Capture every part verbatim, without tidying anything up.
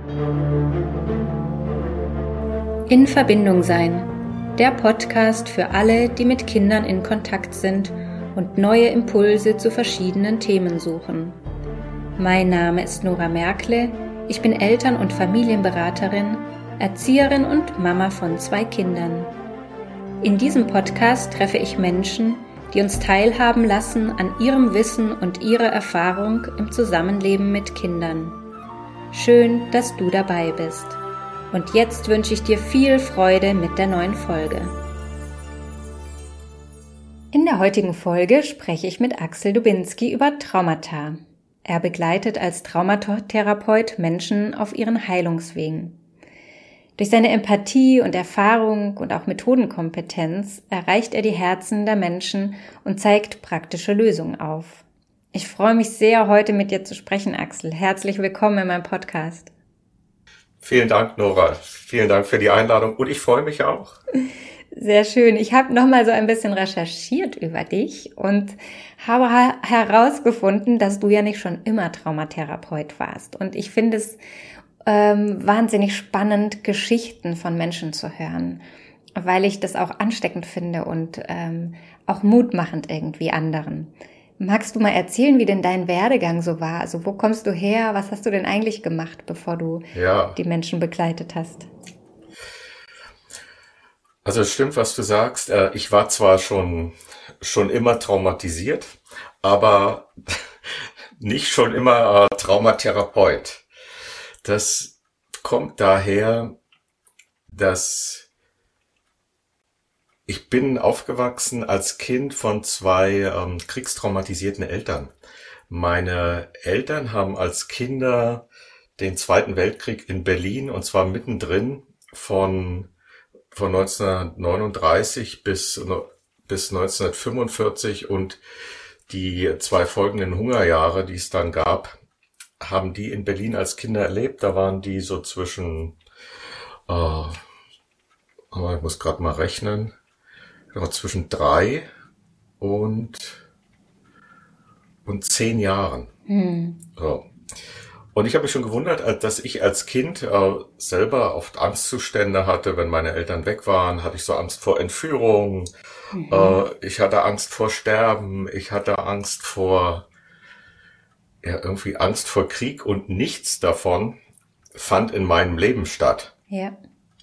In Verbindung sein. Der Podcast für alle, die mit Kindern in Kontakt sind und neue Impulse zu verschiedenen Themen suchen. Mein Name ist Nora Merkle, ich bin Eltern- und Familienberaterin, Erzieherin und Mama von zwei Kindern. In diesem Podcast treffe ich Menschen, die uns teilhaben lassen an ihrem Wissen und ihrer Erfahrung im Zusammenleben mit Kindern. Schön, dass du dabei bist. Und jetzt wünsche ich dir viel Freude mit der neuen Folge. In der heutigen Folge spreche ich mit Axel Dubinski über Traumata. Er begleitet als Traumatherapeut Menschen auf ihren Heilungswegen. Durch seine Empathie und Erfahrung und auch Methodenkompetenz erreicht er die Herzen der Menschen und zeigt praktische Lösungen auf. Ich freue mich sehr, heute mit dir zu sprechen, Axel. Herzlich willkommen in meinem Podcast. Vielen Dank, Nora. Vielen Dank für die Einladung und ich freue mich auch. Sehr schön. Ich habe nochmal so ein bisschen recherchiert über dich und habe herausgefunden, dass du ja nicht schon immer Traumatherapeut warst. Und ich finde es ähm, wahnsinnig spannend, Geschichten von Menschen zu hören, weil ich das auch ansteckend finde und ähm, auch mutmachend irgendwie anderen. Magst du mal erzählen, wie denn dein Werdegang so war? Also wo kommst du her? Was hast du denn eigentlich gemacht, bevor du ja. die Menschen begleitet hast? Also es stimmt, was du sagst. Ich war zwar schon, schon immer traumatisiert, aber nicht schon immer Traumatherapeut. Das kommt daher, dass ich bin aufgewachsen als Kind von zwei ähm, kriegstraumatisierten Eltern. Meine Eltern haben als Kinder den Zweiten Weltkrieg in Berlin, und zwar mittendrin von, von neunzehnhundertneununddreißig bis, bis neunzehnhundertfünfundvierzig und die zwei folgenden Hungerjahre, die es dann gab, haben die in Berlin als Kinder erlebt. Da waren die so zwischen, äh, ich muss gerade mal rechnen, zwischen drei und und zehn Jahren. Hm. So. Und ich habe mich schon gewundert, dass ich als Kind äh, selber oft Angstzustände hatte, wenn meine Eltern weg waren, hatte ich so Angst vor Entführung, mhm. äh, ich hatte Angst vor Sterben, ich hatte Angst vor, ja, irgendwie Angst vor Krieg und nichts davon fand in meinem Leben statt. Ja.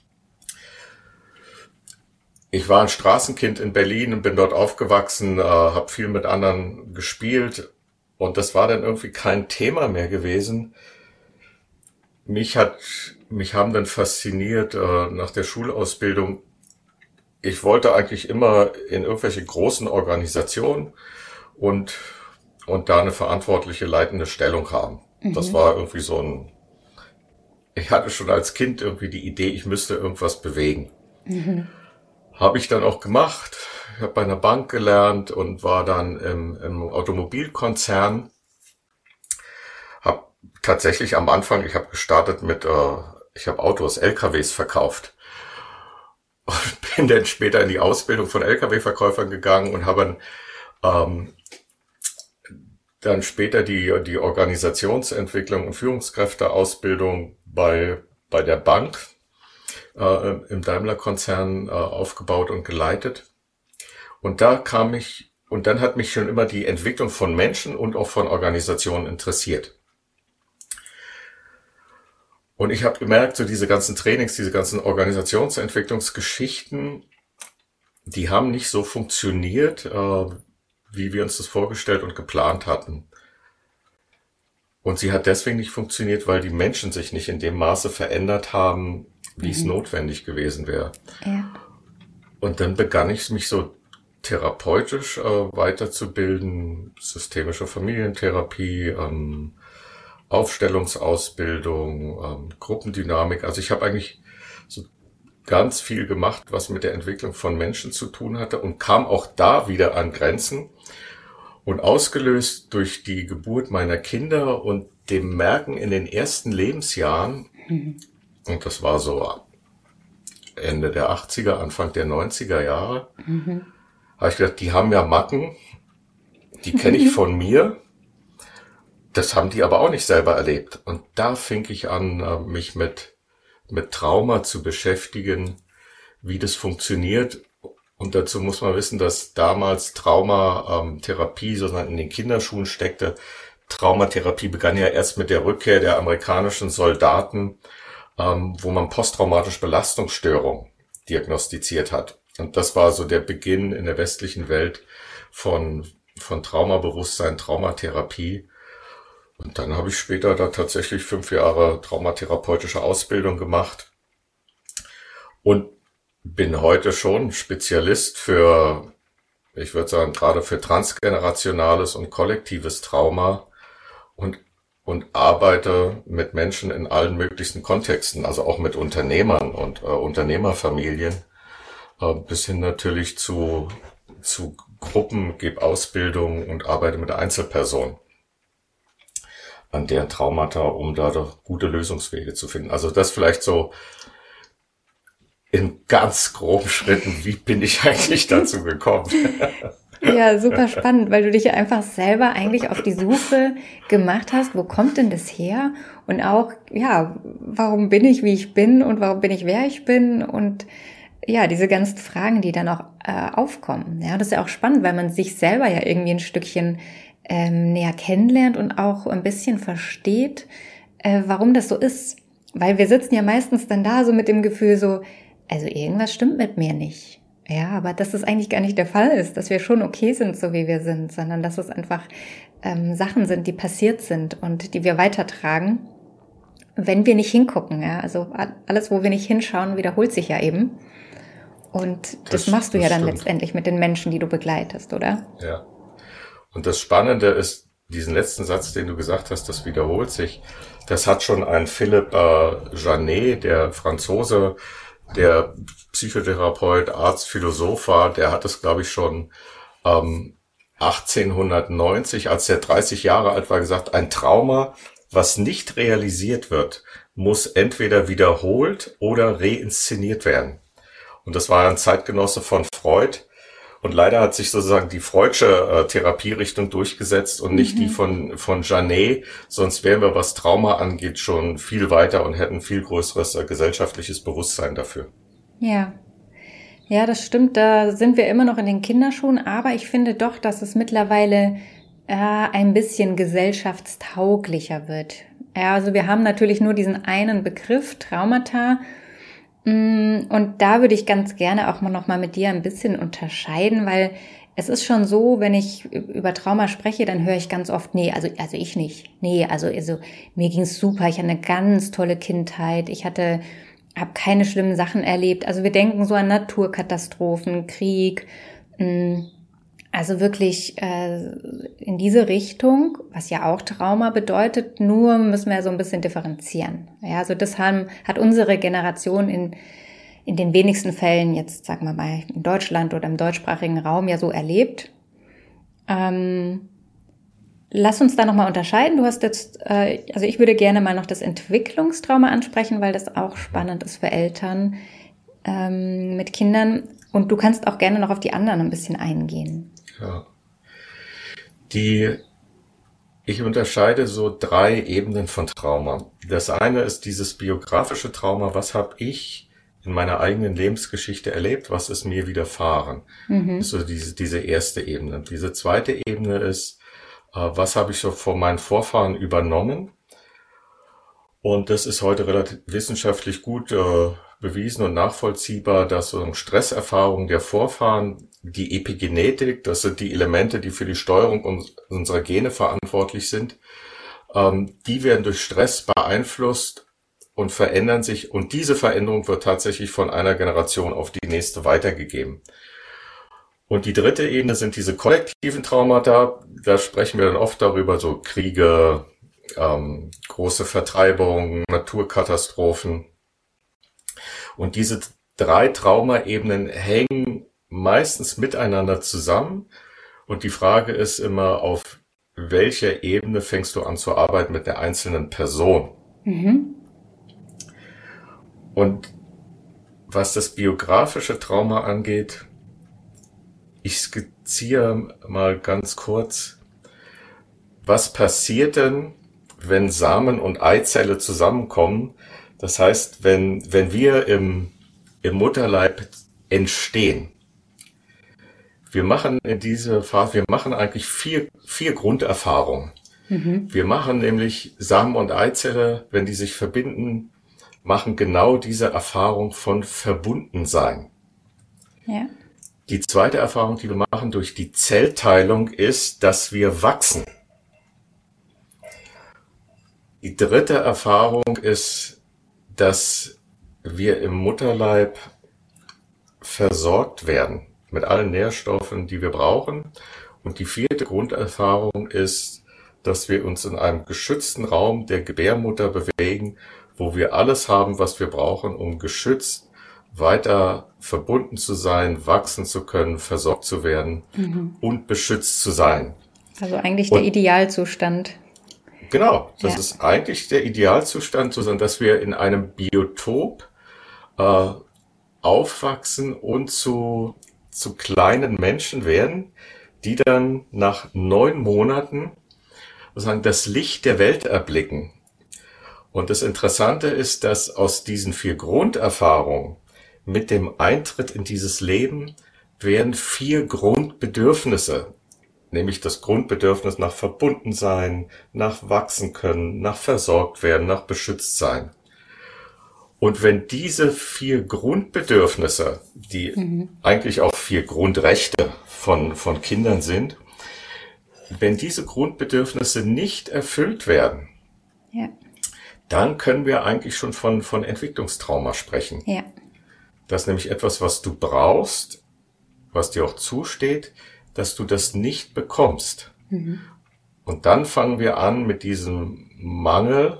Ich war ein Straßenkind in Berlin und bin dort aufgewachsen, äh, habe viel mit anderen gespielt und das war dann irgendwie kein Thema mehr gewesen. Mich hat, mich haben dann fasziniert äh, nach der Schulausbildung. Ich wollte eigentlich immer in irgendwelche großen Organisationen und und da eine verantwortliche leitende Stellung haben. Mhm. Das war irgendwie so ein. Ich hatte schon als Kind irgendwie die Idee, ich müsste irgendwas bewegen. Mhm. Habe ich dann auch gemacht. Ich habe bei einer Bank gelernt und war dann im, im Automobilkonzern. Habe tatsächlich am Anfang, ich habe gestartet mit, äh, ich habe Autos, L K Ws verkauft. Und bin dann später in die Ausbildung von L K W-Verkäufern gegangen und habe ähm, dann später die, die Organisationsentwicklung und Führungskräfteausbildung bei, bei der Bank Äh, im Daimler-Konzern äh, aufgebaut und geleitet. Und da kam ich, und dann hat mich schon immer die Entwicklung von Menschen und auch von Organisationen interessiert. Und ich habe gemerkt, so diese ganzen Trainings, diese ganzen Organisationsentwicklungsgeschichten, die haben nicht so funktioniert, äh, wie wir uns das vorgestellt und geplant hatten. Und sie hat deswegen nicht funktioniert, weil die Menschen sich nicht in dem Maße verändert haben, wie mhm. es notwendig gewesen wäre. Ja. Und dann begann ich mich so therapeutisch äh, weiterzubilden, systemische Familientherapie, ähm, Aufstellungsausbildung, ähm, Gruppendynamik. Also ich habe eigentlich so ganz viel gemacht, was mit der Entwicklung von Menschen zu tun hatte und kam auch da wieder an Grenzen. Und ausgelöst durch die Geburt meiner Kinder und dem Merken in den ersten Lebensjahren, mhm. und das war so Ende der achtziger, Anfang der neunziger Jahre, mhm. habe ich gedacht, die haben ja Macken, die kenne ich von mir. das haben die aber auch nicht selber erlebt. Und da fing ich an, mich mit, mit Trauma zu beschäftigen, wie das funktioniert. Und dazu muss man wissen, dass damals Traumatherapie ähm, sozusagen in den Kinderschuhen steckte. Traumatherapie begann ja erst mit der Rückkehr der amerikanischen Soldaten, ähm, wo man posttraumatische Belastungsstörung diagnostiziert hat. Und das war so der Beginn in der westlichen Welt von, von Traumabewusstsein, Traumatherapie. Und dann habe ich später da tatsächlich fünf Jahre traumatherapeutische Ausbildung gemacht und bin heute schon Spezialist für, ich würde sagen, gerade für transgenerationales und kollektives Trauma und, und arbeite mit Menschen in allen möglichen Kontexten, also auch mit Unternehmern und äh, Unternehmerfamilien, äh, bis hin natürlich zu, zu Gruppen, gebe Ausbildung und arbeite mit Einzelpersonen an deren Traumata, um da doch gute Lösungswege zu finden. Also das vielleicht so in ganz groben Schritten, wie bin ich eigentlich dazu gekommen? Ja, super spannend, weil du dich ja einfach selber eigentlich auf die Suche gemacht hast, wo kommt denn das her? Und auch, ja, warum bin ich, wie ich bin und warum bin ich, wer ich bin? Und ja, diese ganzen Fragen, die dann auch äh, aufkommen. Ja, das ist ja auch spannend, weil man sich selber ja irgendwie ein Stückchen ähm, näher kennenlernt und auch ein bisschen versteht, äh, warum das so ist. Weil wir sitzen ja meistens dann da so mit dem Gefühl so, also irgendwas stimmt mit mir nicht. Ja, aber dass es eigentlich gar nicht der Fall ist, dass wir schon okay sind, so wie wir sind, sondern dass es einfach ähm, Sachen sind, die passiert sind und die wir weitertragen, wenn wir nicht hingucken. Ja, also alles, wo wir nicht hinschauen, wiederholt sich ja eben. Und das, das machst du das ja dann stimmt. Letztendlich mit den Menschen, die du begleitest, oder? Ja. Und das Spannende ist, diesen letzten Satz, den du gesagt hast, das wiederholt sich. Das hat schon ein Philippe äh, Janet, der Franzose, der Psychotherapeut, Arzt, Philosoph war, der hat es, glaube ich, schon ähm, achtzehnhundertneunzig, als er dreißig Jahre alt war, gesagt, ein Trauma, was nicht realisiert wird, muss entweder wiederholt oder reinszeniert werden. Und das war ein Zeitgenosse von Freud. Und leider hat sich sozusagen die Freudsche äh, Therapierichtung durchgesetzt und nicht mhm. die von von Janet. Sonst wären wir, was Trauma angeht, schon viel weiter und hätten viel größeres äh, gesellschaftliches Bewusstsein dafür. Ja, ja, das stimmt. Da sind wir immer noch in den Kinderschuhen. Aber ich finde doch, dass es mittlerweile äh, ein bisschen gesellschaftstauglicher wird. Ja, also wir haben natürlich nur diesen einen Begriff Traumata. Und da würde ich ganz gerne auch mal noch mal mit dir ein bisschen unterscheiden, weil es ist schon so, wenn ich über Trauma spreche, dann höre ich ganz oft, nee, also also ich nicht. Nee, also also mir ging's super, ich hatte eine ganz tolle Kindheit, ich hatte habe keine schlimmen Sachen erlebt. Also wir denken so an Naturkatastrophen, Krieg, also wirklich äh, in diese Richtung, was ja auch Trauma bedeutet, nur müssen wir so ein bisschen differenzieren. Ja, also das haben, hat unsere Generation in in den wenigsten Fällen jetzt, sagen wir mal, in Deutschland oder im deutschsprachigen Raum ja so erlebt. Ähm, lass uns da nochmal unterscheiden. Du hast jetzt, äh, also ich würde gerne mal noch das Entwicklungstrauma ansprechen, weil das auch spannend ist für Eltern ähm, mit Kindern. Und du kannst auch gerne noch auf die anderen ein bisschen eingehen. Ja. Die, ich unterscheide so drei Ebenen von Trauma. Das eine ist dieses biografische Trauma. Was habe ich in meiner eigenen Lebensgeschichte erlebt? Was ist mir widerfahren? Mhm. Das ist so diese, diese erste Ebene. Diese zweite Ebene ist, äh, was habe ich so von meinen Vorfahren übernommen? Und das ist heute relativ wissenschaftlich gut äh, bewiesen und nachvollziehbar, dass so Stresserfahrungen der Vorfahren, die Epigenetik, das sind die Elemente, die für die Steuerung unserer Gene verantwortlich sind, ähm, die werden durch Stress beeinflusst und verändern sich. Und diese Veränderung wird tatsächlich von einer Generation auf die nächste weitergegeben. Und die dritte Ebene sind diese kollektiven Traumata. Da sprechen wir dann oft darüber, so Kriege, ähm, große Vertreibung, Naturkatastrophen. Und diese drei Traumaebenen hängen meistens miteinander zusammen. Und die Frage ist immer, auf welcher Ebene fängst du an zu arbeiten mit der einzelnen Person? Mhm. Und was das biografische Trauma angeht, ich skizziere mal ganz kurz. was passiert denn, wenn Samen und Eizelle zusammenkommen? Das heißt, wenn, wenn wir im, im Mutterleib entstehen. Wir machen in dieser Phase, wir machen eigentlich vier, vier Grunderfahrungen. Mhm. Wir machen nämlich Samen und Eizelle, wenn die sich verbinden, machen genau diese Erfahrung von Verbundensein. Ja. Die zweite Erfahrung, die wir machen durch die Zellteilung, ist, dass wir wachsen. Die dritte Erfahrung ist, dass wir im Mutterleib versorgt werden mit allen Nährstoffen, die wir brauchen. Und die vierte Grunderfahrung ist, dass wir uns in einem geschützten Raum der Gebärmutter bewegen, wo wir alles haben, was wir brauchen, um geschützt weiter verbunden zu sein, wachsen zu können, versorgt zu werden mhm. und beschützt zu sein. Also eigentlich der und, Idealzustand. Genau, das ja. ist eigentlich der Idealzustand, sondern dass wir in einem Biotop äh, aufwachsen und zu, zu kleinen Menschen werden, die dann nach neun Monaten sozusagen das Licht der Welt erblicken. Und das Interessante ist, dass aus diesen vier Grunderfahrungen mit dem Eintritt in dieses Leben werden vier Grundbedürfnisse, nämlich das Grundbedürfnis nach Verbundensein, nach wachsen können, nach versorgt werden, nach beschützt sein. Und wenn diese vier Grundbedürfnisse, die mhm. eigentlich auch vier Grundrechte von, von Kindern sind, wenn diese Grundbedürfnisse nicht erfüllt werden, ja. dann können wir eigentlich schon von, von Entwicklungstrauma sprechen. Ja. Das ist nämlich etwas, was du brauchst, was dir auch zusteht, dass du das nicht bekommst. Mhm. Und dann fangen wir an mit diesem Mangel,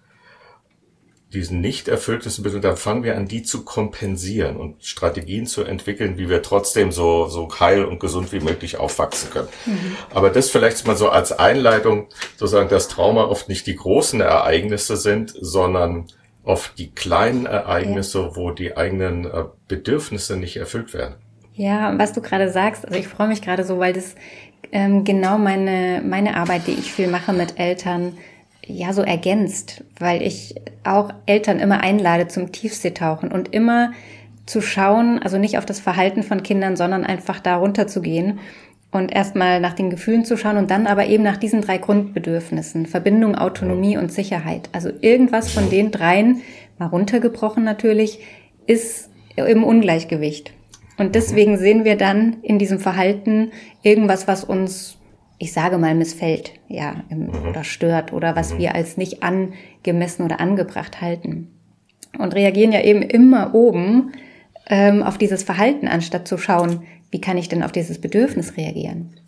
diesen nicht erfüllten Bedürfnissen, dann fangen wir an, die zu kompensieren und Strategien zu entwickeln, wie wir trotzdem so, so heil und gesund wie möglich aufwachsen können. Mhm. Aber das vielleicht mal so als Einleitung, sozusagen, dass Trauma oft nicht die großen Ereignisse sind, sondern oft die kleinen Ereignisse, ja. wo die eigenen äh, Bedürfnisse nicht erfüllt werden. Ja, was du gerade sagst, also ich freue mich gerade so, weil das ähm, genau meine meine Arbeit, die ich viel mache mit Eltern, ja so ergänzt, weil ich auch Eltern immer einlade zum Tiefseetauchen und immer zu schauen, also nicht auf das Verhalten von Kindern, sondern einfach da runter zu gehen und erstmal nach den Gefühlen zu schauen und dann aber eben nach diesen drei Grundbedürfnissen, Verbindung, Autonomie und Sicherheit. Also irgendwas von den dreien, mal runtergebrochen natürlich, ist im Ungleichgewicht. Und deswegen sehen wir dann in diesem Verhalten irgendwas, was uns, ich sage mal, missfällt, ja, im, mhm. oder stört oder was mhm. wir als nicht angemessen oder angebracht halten. Und reagieren ja eben immer oben ähm, auf dieses Verhalten, anstatt zu schauen, wie kann ich denn auf dieses Bedürfnis reagieren?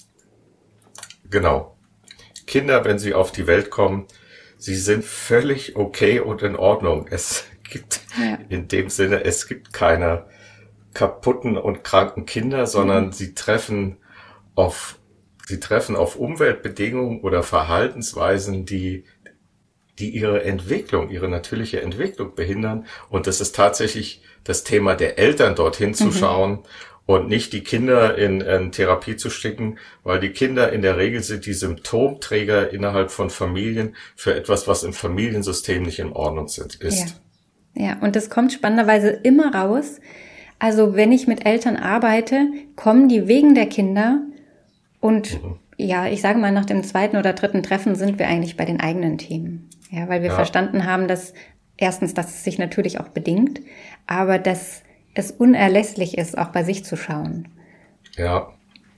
Genau. Kinder, wenn sie auf die Welt kommen, sie sind völlig okay und in Ordnung. Es gibt ja. in dem Sinne, es gibt keine kaputten und kranken Kinder, sondern mhm. sie treffen auf, sie treffen auf Umweltbedingungen oder Verhaltensweisen, die, die ihre Entwicklung, ihre natürliche Entwicklung behindern. Und das ist tatsächlich das Thema der Eltern, dorthin zu mhm. schauen und nicht die Kinder in, in Therapie zu stecken, weil die Kinder in der Regel sind die Symptomträger innerhalb von Familien für etwas, was im Familiensystem nicht in Ordnung sind, ist. Ja. ja, und das kommt spannenderweise immer raus. Also wenn ich mit Eltern arbeite, kommen die wegen der Kinder und mhm. ja, ich sage mal, nach dem zweiten oder dritten Treffen sind wir eigentlich bei den eigenen Themen. Ja, weil wir ja. verstanden haben, dass erstens, dass es sich natürlich auch bedingt, aber dass es unerlässlich ist, auch bei sich zu schauen. Ja.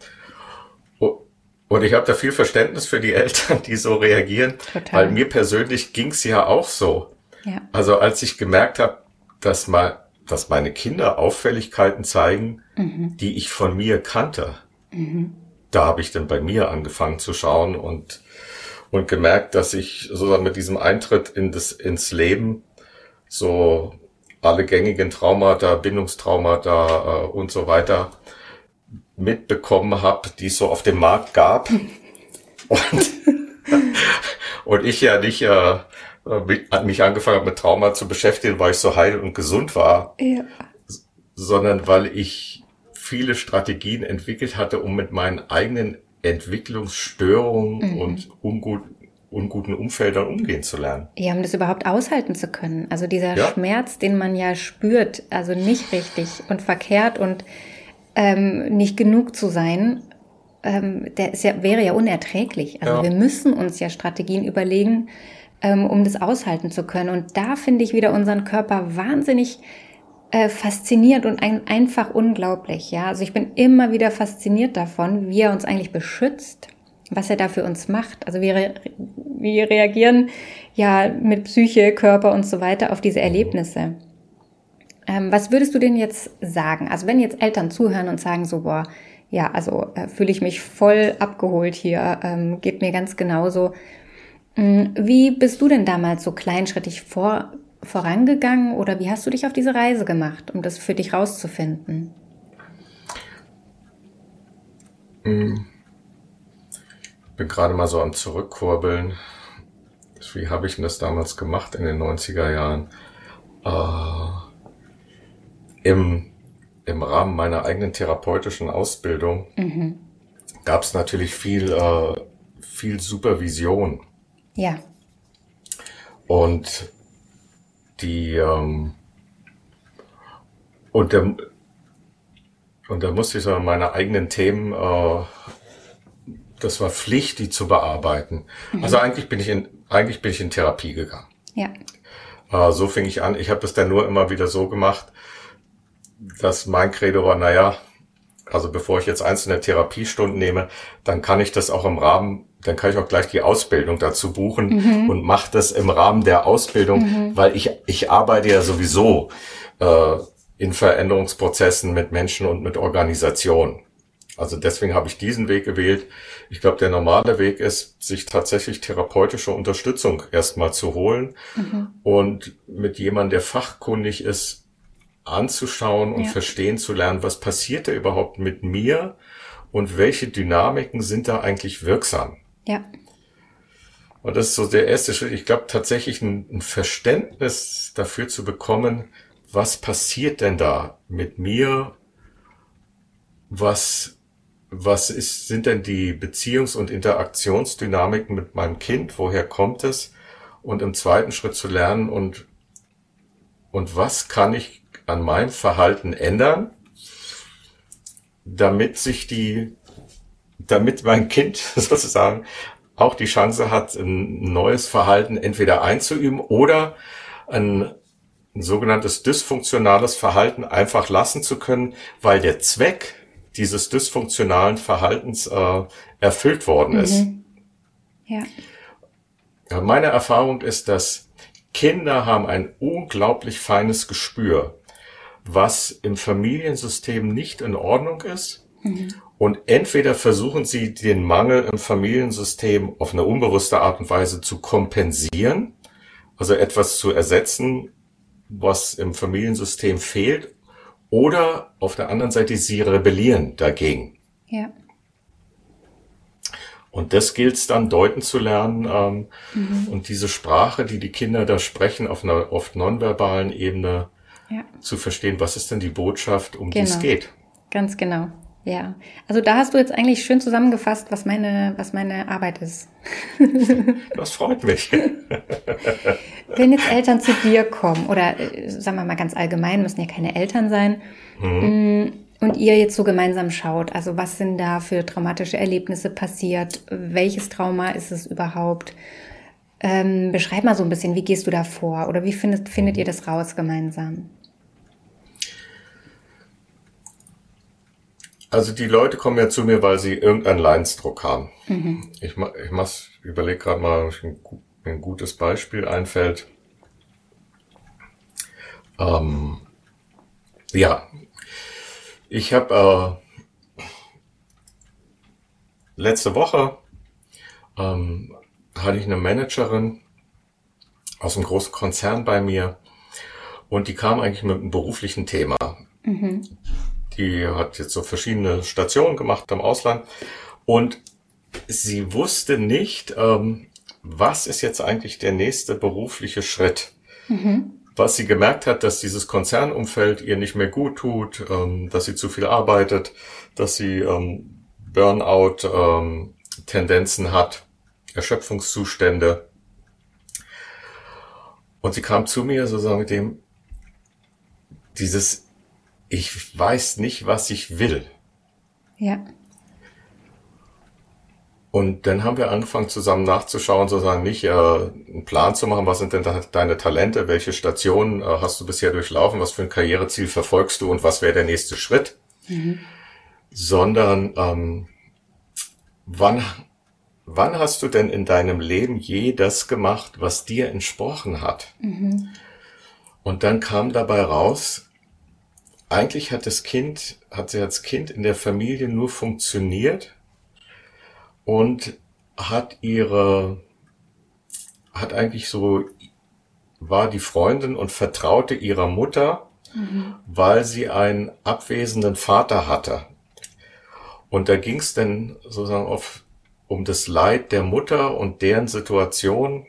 Und ich habe da viel Verständnis für die Eltern, die so reagieren, Total. Weil mir persönlich ging's ja auch so. Ja. Also als ich gemerkt habe, dass mal dass meine Kinder Auffälligkeiten zeigen, mhm. die ich von mir kannte. Mhm. Da habe ich dann bei mir angefangen zu schauen und und gemerkt, dass ich sozusagen mit diesem Eintritt in das ins Leben so alle gängigen Traumata, Bindungstraumata äh, und so weiter mitbekommen habe, die es so auf dem Markt gab. und, und ich ja nicht äh, mich angefangen habe mit Trauma zu beschäftigen, weil ich so heil und gesund war, ja. sondern weil ich viele Strategien entwickelt hatte, um mit meinen eigenen Entwicklungsstörungen Mhm. und ungut, unguten Umfeldern umgehen zu lernen. Ja, um das überhaupt aushalten zu können. Also dieser Ja. Schmerz, den man ja spürt, also nicht richtig und verkehrt und ähm, nicht genug zu sein, ähm, der ist ja, wäre ja unerträglich. Also Ja. wir müssen uns ja Strategien überlegen, ähm, um das aushalten zu können. Und da finde ich wieder unseren Körper wahnsinnig äh, fasziniert und ein, einfach unglaublich. Ja, also ich bin immer wieder fasziniert davon, wie er uns eigentlich beschützt, was er da für uns macht. Also wir, re wir reagieren ja mit Psyche, Körper und so weiter auf diese Erlebnisse. Ähm, was würdest du denn jetzt sagen? Also wenn jetzt Eltern zuhören und sagen so, boah, ja, also äh, fühle ich mich voll abgeholt hier, ähm, geht mir ganz genauso. Ähm, wie bist du denn damals so kleinschrittig vor, vorangegangen oder wie hast du dich auf diese Reise gemacht, um das für dich rauszufinden? Ich bin gerade mal so am Zurückkurbeln. Wie habe ich denn das damals gemacht in den neunziger Jahren? Äh, im, Im Rahmen meiner eigenen therapeutischen Ausbildung Mhm. gab es natürlich viel, äh, viel Supervision. Ja. Und die ähm, und der und da musste ich so meine eigenen Themen, äh, das war Pflicht, die zu bearbeiten. Mhm. Also eigentlich bin ich in eigentlich bin ich in Therapie gegangen. Ja. Äh, so fing ich an. Ich habe das dann nur immer wieder so gemacht, dass mein Credo war, naja, also bevor ich jetzt einzelne Therapiestunden nehme, dann kann ich das auch im Rahmen, dann kann ich auch gleich die Ausbildung dazu buchen Mhm. und mache das im Rahmen der Ausbildung, Mhm. weil ich ich arbeite ja sowieso äh, in Veränderungsprozessen mit Menschen und mit Organisationen. Also deswegen habe ich diesen Weg gewählt. Ich glaube, der normale Weg ist, sich tatsächlich therapeutische Unterstützung erstmal zu holen Mhm. und mit jemandem, der fachkundig ist, anzuschauen und Ja. verstehen zu lernen, was passiert da überhaupt mit mir und welche Dynamiken sind da eigentlich wirksam. Ja. Und das ist so der erste Schritt. Ich glaube tatsächlich ein, ein Verständnis dafür zu bekommen, was passiert denn da mit mir, was was ist, sind denn die Beziehungs- und Interaktionsdynamiken mit meinem Kind, woher kommt es? Und im zweiten Schritt zu lernen und und was kann ich an meinem Verhalten ändern, damit sich die, damit mein Kind sozusagen auch die Chance hat, ein neues Verhalten entweder einzuüben oder ein, ein sogenanntes dysfunktionales Verhalten einfach lassen zu können, weil der Zweck dieses dysfunktionalen Verhaltens äh, erfüllt worden ist. Mhm. Ja. Ja, meine Erfahrung ist, dass Kinder haben ein unglaublich feines Gespür, was im Familiensystem nicht in Ordnung ist. Mhm. Und entweder versuchen sie, den Mangel im Familiensystem auf eine unbewusste Art und Weise zu kompensieren, also etwas zu ersetzen, was im Familiensystem fehlt, oder auf der anderen Seite, sie rebellieren dagegen. Ja. Und das gilt es dann deuten zu lernen. Ähm, Mhm. und diese Sprache, die die Kinder da sprechen, auf einer oft nonverbalen Ebene Ja. zu verstehen, was ist denn die Botschaft, um die es Genau. geht. Ganz genau. Ja. Also da hast du jetzt eigentlich schön zusammengefasst, was meine, was meine Arbeit ist. Das freut mich. Wenn jetzt Eltern zu dir kommen, oder äh, sagen wir mal ganz allgemein, müssen ja keine Eltern sein, Mhm. und ihr jetzt so gemeinsam schaut, also was sind da für traumatische Erlebnisse passiert, welches Trauma ist es überhaupt? Ähm, beschreib mal so ein bisschen, wie gehst du da vor oder wie findet, findet ihr das raus gemeinsam? Also die Leute kommen ja zu mir, weil sie irgendeinen Leidensdruck haben. Mhm. Ich, ma- ich mach's, überlege gerade mal, ob ein, gu- mir ein gutes Beispiel einfällt. Ähm, ja, ich habe äh, letzte Woche ähm, hatte ich eine Managerin aus einem großen Konzern bei mir und die kam eigentlich mit einem beruflichen Thema. Mhm. Die hat jetzt so verschiedene Stationen gemacht im Ausland und sie wusste nicht, ähm, was ist jetzt eigentlich der nächste berufliche Schritt. Mhm. Was sie gemerkt hat, dass dieses Konzernumfeld ihr nicht mehr gut tut, ähm, dass sie zu viel arbeitet, dass sie ähm, Burnout-Tendenzen ähm, hat, Erschöpfungszustände. Und sie kam zu mir sozusagen mit dem, dieses, ich weiß nicht, was ich will. Ja. Und dann haben wir angefangen, zusammen nachzuschauen, sozusagen nicht äh, einen Plan zu machen, was sind denn de- deine Talente, welche Stationen äh, hast du bisher durchlaufen, was für ein Karriereziel verfolgst du und was wäre der nächste Schritt, mhm. sondern ähm, wann, wann hast du denn in deinem Leben je das gemacht, was dir entsprochen hat? Mhm. Und dann kam dabei raus, eigentlich hat das Kind, hat sie als Kind in der Familie nur funktioniert, und hat ihre, hat eigentlich so, war die Freundin und Vertraute ihrer Mutter, mhm. weil sie einen abwesenden Vater hatte. Und da ging es dann sozusagen auf, um das Leid der Mutter und deren Situation.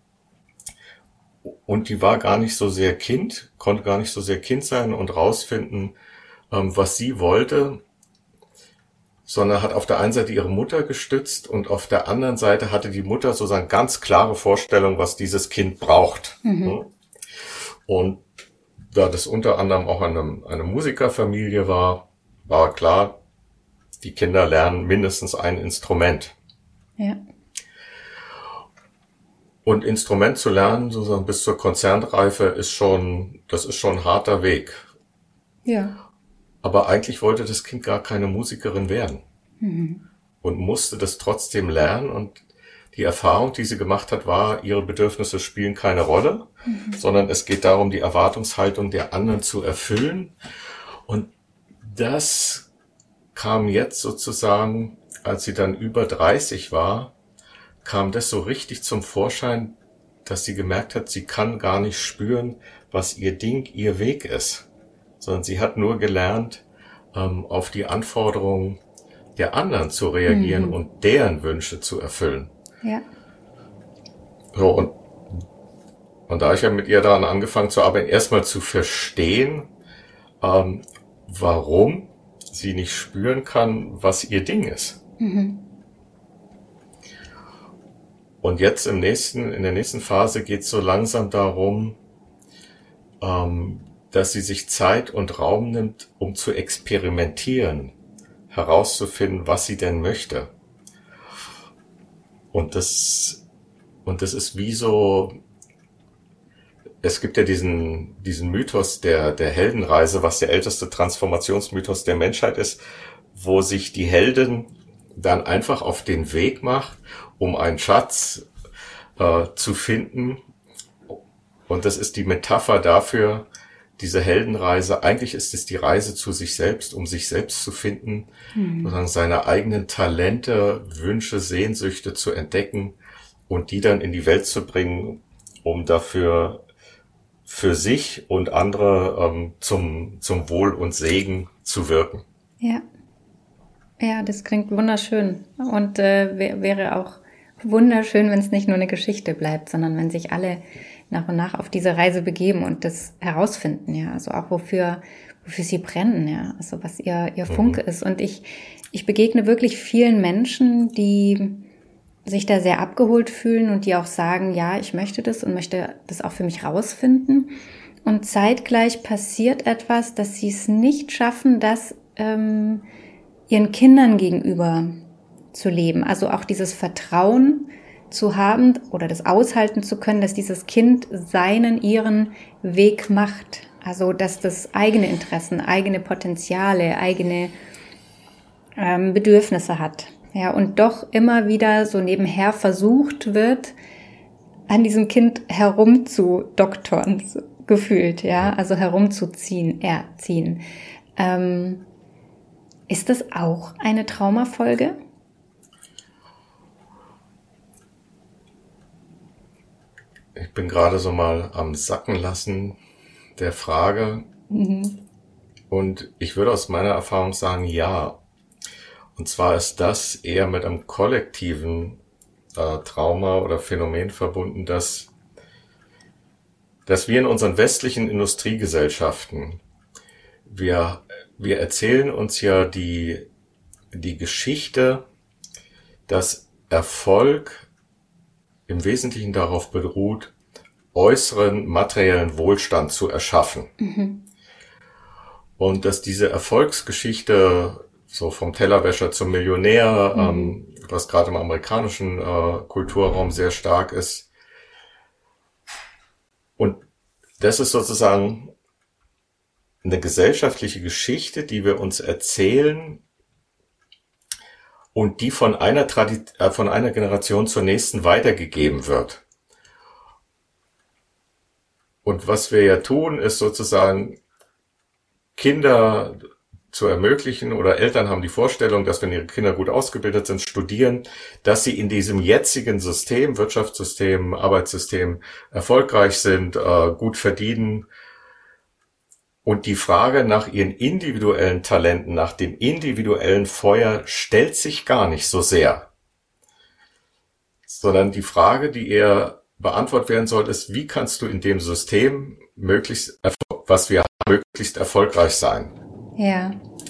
Und die war gar nicht so sehr Kind, konnte gar nicht so sehr Kind sein und rausfinden, ähm, was sie wollte, sondern hat auf der einen Seite ihre Mutter gestützt und auf der anderen Seite hatte die Mutter sozusagen ganz klare Vorstellung, was dieses Kind braucht. Mhm. Und da das unter anderem auch eine, eine Musikerfamilie war, war klar, die Kinder lernen mindestens ein Instrument. Ja. Und Instrument zu lernen, sozusagen bis zur Konzernreife, ist schon, das ist schon ein harter Weg. Ja. Aber eigentlich wollte das Kind gar keine Musikerin werden. Mhm. Und musste das trotzdem lernen. Und die Erfahrung, die sie gemacht hat, war, ihre Bedürfnisse spielen keine Rolle, mhm. sondern es geht darum, die Erwartungshaltung der anderen zu erfüllen. Und das kam jetzt sozusagen, als sie dann über dreißig war, kam das so richtig zum Vorschein, dass sie gemerkt hat, sie kann gar nicht spüren, was ihr Ding, ihr Weg ist. Sondern sie hat nur gelernt, ähm, auf die Anforderungen der anderen zu reagieren mhm. und deren Wünsche zu erfüllen. Ja. So, und, und da ich ja mit ihr daran angefangen zu arbeiten, erstmal zu verstehen, ähm, warum sie nicht spüren kann, was ihr Ding ist. Mhm. Und jetzt im nächsten, in der nächsten Phase geht es so langsam darum, ähm, dass sie sich Zeit und Raum nimmt, um zu experimentieren, herauszufinden, was sie denn möchte. Und das, und das ist wie so, es gibt ja diesen, diesen Mythos der, der Heldenreise, was der älteste Transformationsmythos der Menschheit ist, wo sich die Heldin dann einfach auf den Weg macht, um einen Schatz äh, zu finden. Und das ist die Metapher dafür, diese Heldenreise, eigentlich ist es die Reise zu sich selbst, um sich selbst zu finden, mhm. sozusagen seine eigenen Talente, Wünsche, Sehnsüchte zu entdecken und die dann in die Welt zu bringen, um dafür für sich und andere ähm, zum, zum Wohl und Segen zu wirken. Ja, ja, das klingt wunderschön und äh, wär, wäre auch wunderschön, wenn es nicht nur eine Geschichte bleibt, sondern wenn sich alle nach und nach auf diese Reise begeben und das herausfinden, ja, also auch wofür, wofür sie brennen, ja, also was ihr, ihr Funke mhm. ist. Und ich, ich begegne wirklich vielen Menschen, die sich da sehr abgeholt fühlen und die auch sagen, ja, ich möchte das und möchte das auch für mich rausfinden. Und zeitgleich passiert etwas, dass sie es nicht schaffen, das ähm, ihren Kindern gegenüber zu leben. Also auch dieses Vertrauen zu haben oder das aushalten zu können, dass dieses Kind seinen, ihren Weg macht. Also dass das eigene Interessen, eigene Potenziale, eigene ähm, Bedürfnisse hat. Ja, und doch immer wieder so nebenher versucht wird, an diesem Kind herumzudoktern, gefühlt, ja, also herumzuziehen, erziehen. Ähm, ist das auch eine Traumafolge? Ich bin gerade so mal am Sacken lassen der Frage. Mhm. Und ich würde aus meiner Erfahrung sagen, ja. Und zwar ist das eher mit einem kollektiven äh, Trauma oder Phänomen verbunden, dass, dass wir in unseren westlichen Industriegesellschaften, wir, wir erzählen uns ja die, die Geschichte, dass Erfolg im Wesentlichen darauf beruht, äußeren materiellen Wohlstand zu erschaffen. Mhm. Und dass diese Erfolgsgeschichte so vom Tellerwäscher zum Millionär, mhm. ähm, was gerade im amerikanischen äh, Kulturraum sehr stark ist. Und das ist sozusagen eine gesellschaftliche Geschichte, die wir uns erzählen und die von einer Tradi- äh, von einer Generation zur nächsten weitergegeben wird. Und was wir ja tun, ist sozusagen Kinder zu ermöglichen, oder Eltern haben die Vorstellung, dass wenn ihre Kinder gut ausgebildet sind, studieren, dass sie in diesem jetzigen System, Wirtschaftssystem, Arbeitssystem erfolgreich sind, äh, gut verdienen. Und die Frage nach ihren individuellen Talenten, nach dem individuellen Feuer stellt sich gar nicht so sehr. Sondern die Frage, die eher beantwortet werden soll, ist, wie kannst du in dem System möglichst, was wir haben, möglichst erfolgreich sein? Ja.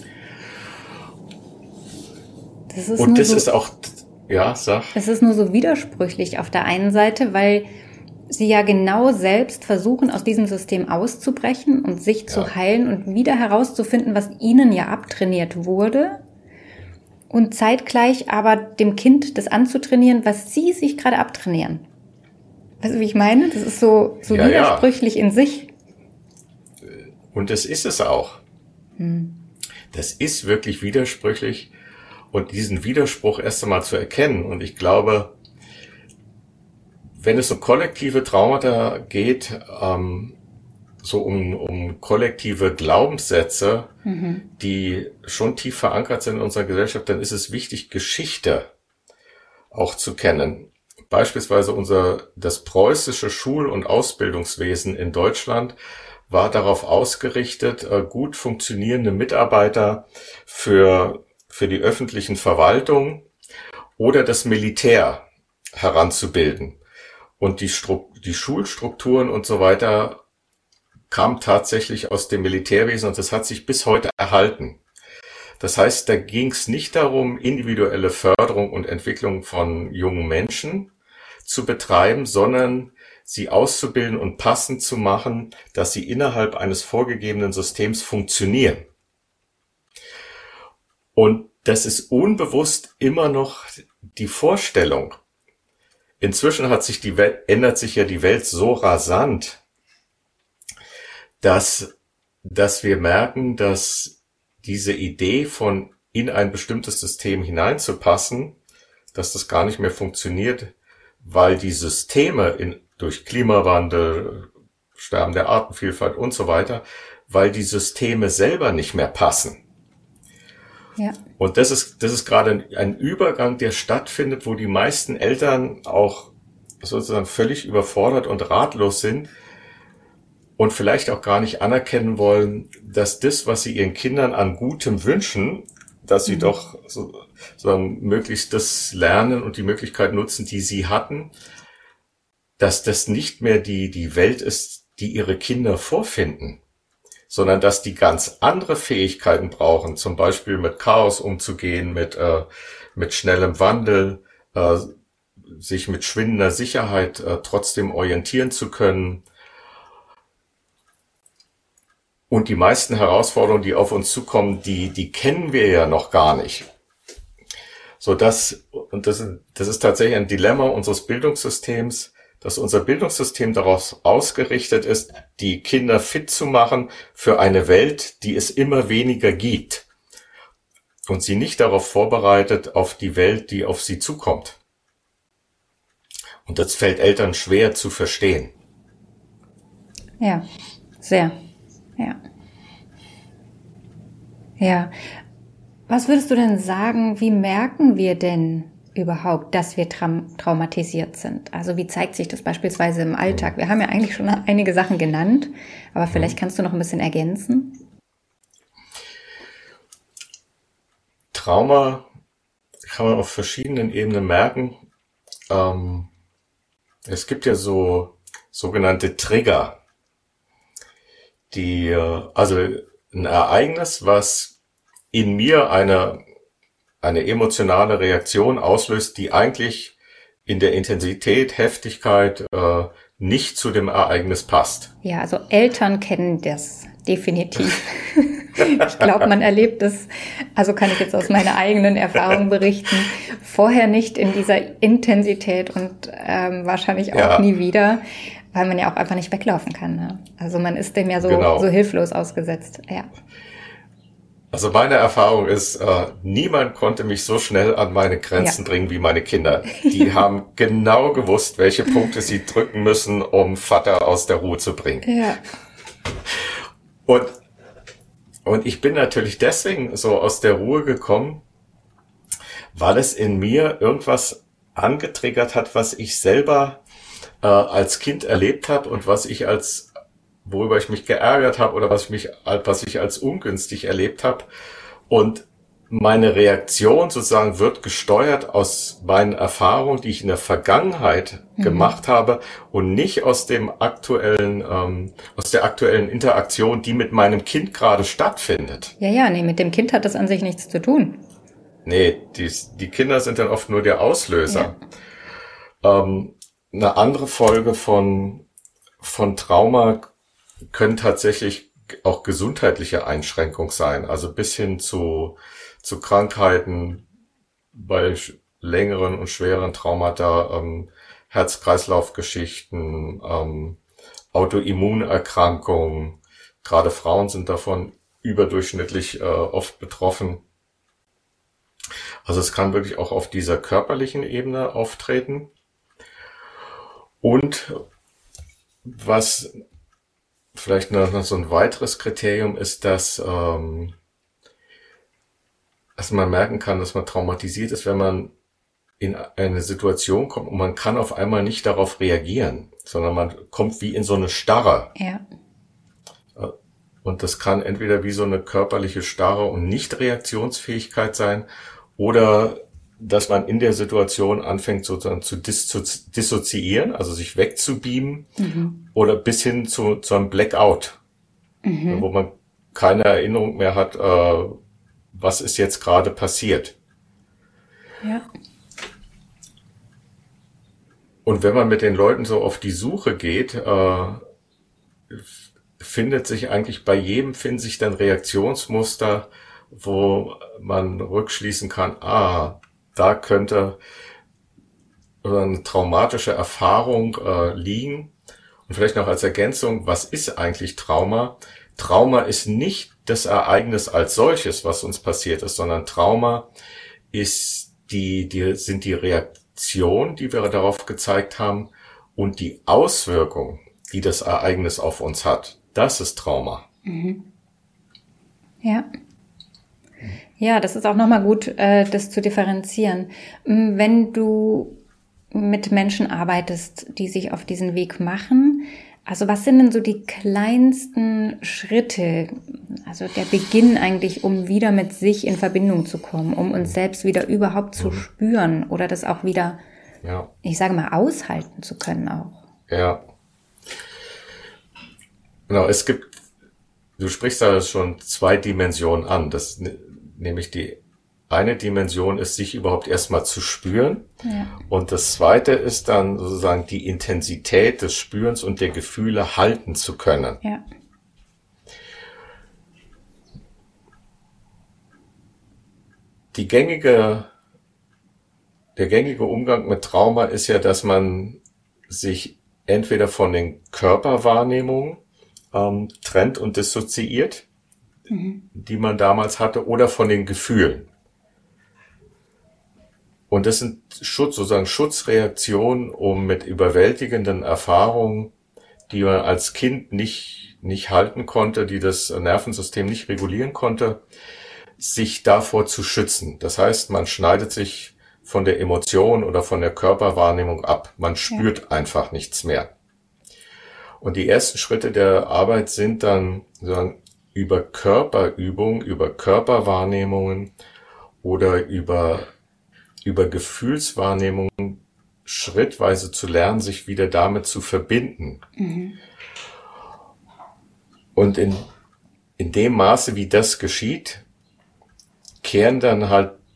Das ist Und das so, ist auch, ja, sag. Es ist nur so widersprüchlich auf der einen Seite, weil sie ja genau selbst versuchen, aus diesem System auszubrechen und sich ja. zu heilen und wieder herauszufinden, was ihnen ja abtrainiert wurde. Und zeitgleich aber dem Kind das anzutrainieren, was sie sich gerade abtrainieren. Weißt du, wie ich meine? Das ist so, so ja, widersprüchlich ja. in sich. Und das ist es auch. Hm. Das ist wirklich widersprüchlich. Und diesen Widerspruch erst einmal zu erkennen. Und ich glaube, wenn es um kollektive Traumata geht, ähm, so um, um kollektive Glaubenssätze, mhm. die schon tief verankert sind in unserer Gesellschaft, dann ist es wichtig, Geschichte auch zu kennen. Beispielsweise unser, das preußische Schul- und Ausbildungswesen in Deutschland war darauf ausgerichtet, gut funktionierende Mitarbeiter für, für die öffentlichen Verwaltungen oder das Militär heranzubilden. Und die, Stru- die Schulstrukturen und so weiter kamen tatsächlich aus dem Militärwesen und das hat sich bis heute erhalten. Das heißt, da ging es nicht darum, individuelle Förderung und Entwicklung von jungen Menschen zu betreiben, sondern sie auszubilden und passend zu machen, dass sie innerhalb eines vorgegebenen Systems funktionieren. Und das ist unbewusst immer noch die Vorstellung. Inzwischen hat sich die Welt, ändert sich ja die Welt so rasant, dass, dass wir merken, dass diese Idee von in ein bestimmtes System hineinzupassen, dass das gar nicht mehr funktioniert, weil die Systeme in, durch Klimawandel, Sterben der Artenvielfalt und so weiter, weil die Systeme selber nicht mehr passen. Ja. Und das ist, das ist gerade ein Übergang, der stattfindet, wo die meisten Eltern auch sozusagen völlig überfordert und ratlos sind und vielleicht auch gar nicht anerkennen wollen, dass das, was sie ihren Kindern an Gutem wünschen, dass sie mhm. doch so, so möglichst das lernen und die Möglichkeit nutzen, die sie hatten, dass das nicht mehr die, die Welt ist, die ihre Kinder vorfinden, sondern dass die ganz andere Fähigkeiten brauchen, zum Beispiel mit Chaos umzugehen, mit, äh, mit schnellem Wandel, äh, sich mit schwindender Sicherheit äh, trotzdem orientieren zu können. Und die meisten Herausforderungen, die auf uns zukommen, die, die kennen wir ja noch gar nicht. So das, und das, das ist tatsächlich ein Dilemma unseres Bildungssystems, dass unser Bildungssystem darauf ausgerichtet ist, die Kinder fit zu machen für eine Welt, die es immer weniger gibt. Und sie nicht darauf vorbereitet, auf die Welt, die auf sie zukommt. Und das fällt Eltern schwer zu verstehen. Ja, sehr. Ja. Ja. Was würdest du denn sagen, wie merken wir denn überhaupt, dass wir traum- traumatisiert sind? Also wie zeigt sich das beispielsweise im Alltag? Wir haben ja eigentlich schon einige Sachen genannt, aber vielleicht kannst du noch ein bisschen ergänzen. Trauma kann man auf verschiedenen Ebenen merken. Ähm, es gibt ja so sogenannte Trigger, die, also ein Ereignis, was in mir eine eine emotionale Reaktion auslöst, die eigentlich in der Intensität, Heftigkeit äh, nicht zu dem Ereignis passt. Ja, also Eltern kennen das definitiv. Ich glaube, man erlebt das, also kann ich jetzt aus meiner eigenen Erfahrung berichten, vorher nicht in dieser Intensität und ähm, wahrscheinlich auch ja. nie wieder, weil man ja auch einfach nicht weglaufen kann. Ne? Also man ist dem ja so, genau. so hilflos ausgesetzt. Ja. Also meine Erfahrung ist, äh, niemand konnte mich so schnell an meine Grenzen ja. bringen wie meine Kinder. Die haben genau gewusst, welche Punkte sie drücken müssen, um Vater aus der Ruhe zu bringen. Ja. Und, und ich bin natürlich deswegen so aus der Ruhe gekommen, weil es in mir irgendwas angetriggert hat, was ich selber äh, als Kind erlebt habe und was ich als worüber ich mich geärgert habe oder was ich mich, was ich als ungünstig erlebt habe. Und meine Reaktion sozusagen wird gesteuert aus meinen Erfahrungen, die ich in der Vergangenheit mhm. gemacht habe und nicht aus dem aktuellen, ähm, aus der aktuellen Interaktion, die mit meinem Kind gerade stattfindet. Ja, ja, nee, mit dem Kind hat das an sich nichts zu tun. Nee, die, die Kinder sind dann oft nur der Auslöser. Ja. Ähm, eine andere Folge von, von Trauma können tatsächlich auch gesundheitliche Einschränkungen sein, also bis hin zu, zu Krankheiten bei längeren und schweren Traumata, ähm, Herz-Kreislauf-Geschichten, ähm, Autoimmunerkrankungen. Gerade Frauen sind davon überdurchschnittlich äh, oft betroffen. Also es kann wirklich auch auf dieser körperlichen Ebene auftreten. Und was vielleicht noch, noch so ein weiteres Kriterium ist, dass, ähm, dass man merken kann, dass man traumatisiert ist, wenn man in eine Situation kommt und man kann auf einmal nicht darauf reagieren, sondern man kommt wie in so eine Starre. Ja. Und das kann entweder wie so eine körperliche Starre und Nicht-Reaktionsfähigkeit sein oder dass man in der Situation anfängt sozusagen zu dis- dissoziieren, also sich wegzubeamen mhm. oder bis hin zu, zu einem Blackout, mhm. wo man keine Erinnerung mehr hat, äh, was ist jetzt gerade passiert. Ja. Und wenn man mit den Leuten so auf die Suche geht, äh, findet sich eigentlich bei jedem, finden sich dann Reaktionsmuster, wo man rückschließen kann, ah, da könnte eine traumatische Erfahrung äh, liegen. Und vielleicht noch als Ergänzung, was ist eigentlich Trauma? Trauma ist nicht das Ereignis als solches, was uns passiert ist, sondern Trauma ist die, die, sind die Reaktion, die wir darauf gezeigt haben und die Auswirkung, die das Ereignis auf uns hat. Das ist Trauma. Mhm. Ja. Ja, das ist auch nochmal gut, äh, das zu differenzieren. Wenn du mit Menschen arbeitest, die sich auf diesen Weg machen, also was sind denn so die kleinsten Schritte, also der Beginn eigentlich, um wieder mit sich in Verbindung zu kommen, um uns selbst wieder überhaupt zu mhm. spüren oder das auch wieder, ja. ich sage mal, aushalten zu können auch? Ja. Genau, es gibt, du sprichst da schon zwei Dimensionen an. Das nämlich die eine Dimension ist, sich überhaupt erstmal zu spüren. Ja. Und das zweite ist dann sozusagen die Intensität des Spürens und der Gefühle halten zu können. Ja. Die gängige, der gängige Umgang mit Trauma ist ja, dass man sich entweder von den Körperwahrnehmungen ähm, trennt und dissoziiert, mhm. die man damals hatte, oder von den Gefühlen. Und das sind Schutz, sozusagen Schutzreaktionen, um mit überwältigenden Erfahrungen, die man als Kind nicht, nicht halten konnte, die das Nervensystem nicht regulieren konnte, sich davor zu schützen. Das heißt, man schneidet sich von der Emotion oder von der Körperwahrnehmung ab. Man spürt ja. einfach nichts mehr. Und die ersten Schritte der Arbeit sind dann sozusagen über Körperübung, über Körperwahrnehmungen oder über über Gefühlswahrnehmungen schrittweise zu lernen, sich wieder damit zu verbinden. Mhm. Und in, in dem Maße, wie das geschieht, kehren dann halt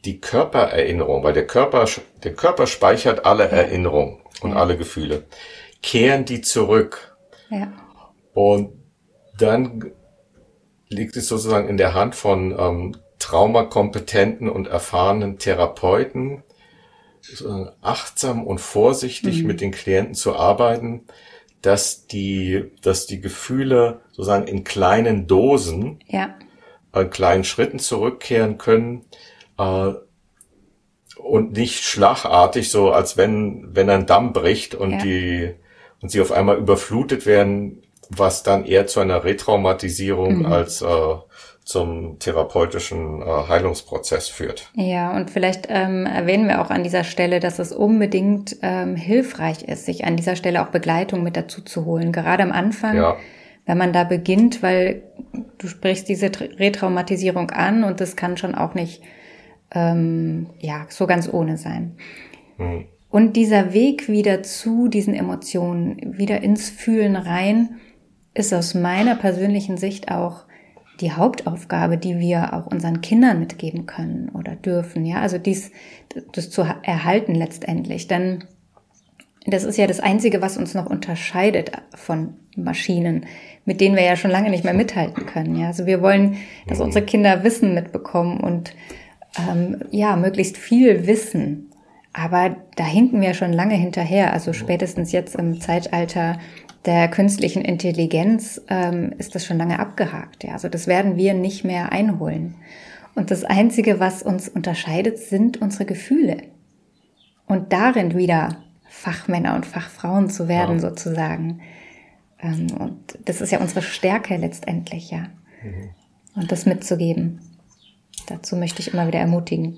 die Körpererinnerung, weil der Körper, der Körper speichert alle ja. Erinnerungen und ja. alle Gefühle, kehren die zurück. Ja. Und dann liegt es sozusagen in der Hand von ähm, traumakompetenten und erfahrenen Therapeuten, so achtsam und vorsichtig mhm. mit den Klienten zu arbeiten, dass die, dass die Gefühle sozusagen in kleinen Dosen, ja. in kleinen Schritten zurückkehren können, äh, und nicht schlagartig, so als wenn, wenn ein Damm bricht und ja. die, und sie auf einmal überflutet werden, was dann eher zu einer Retraumatisierung mhm. als, äh, zum therapeutischen äh, Heilungsprozess führt. Ja, und vielleicht ähm, erwähnen wir auch an dieser Stelle, dass es unbedingt ähm, hilfreich ist, sich an dieser Stelle auch Begleitung mit dazu zu holen. Gerade am Anfang, ja. wenn man da beginnt, weil du sprichst diese Retraumatisierung an und das kann schon auch nicht ähm, ja so ganz ohne sein. Hm. Und dieser Weg wieder zu diesen Emotionen, wieder ins Fühlen rein, ist aus meiner persönlichen Sicht auch die Hauptaufgabe, die wir auch unseren Kindern mitgeben können oder dürfen, ja, also dies, das zu erhalten letztendlich, denn das ist ja das Einzige, was uns noch unterscheidet von Maschinen, mit denen wir ja schon lange nicht mehr mithalten können, ja, also wir wollen, dass unsere Kinder Wissen mitbekommen und ähm, ja, möglichst viel Wissen, aber da hinken wir schon lange hinterher, also spätestens jetzt im Zeitalter der künstlichen Intelligenz ähm, ist das schon lange abgehakt. Ja? Also das werden wir nicht mehr einholen. Und das Einzige, was uns unterscheidet, sind unsere Gefühle. Und darin wieder Fachmänner und Fachfrauen zu werden, ja. sozusagen. Ähm, und das ist ja unsere Stärke letztendlich, ja. Mhm. Und das mitzugeben. Dazu möchte ich immer wieder ermutigen.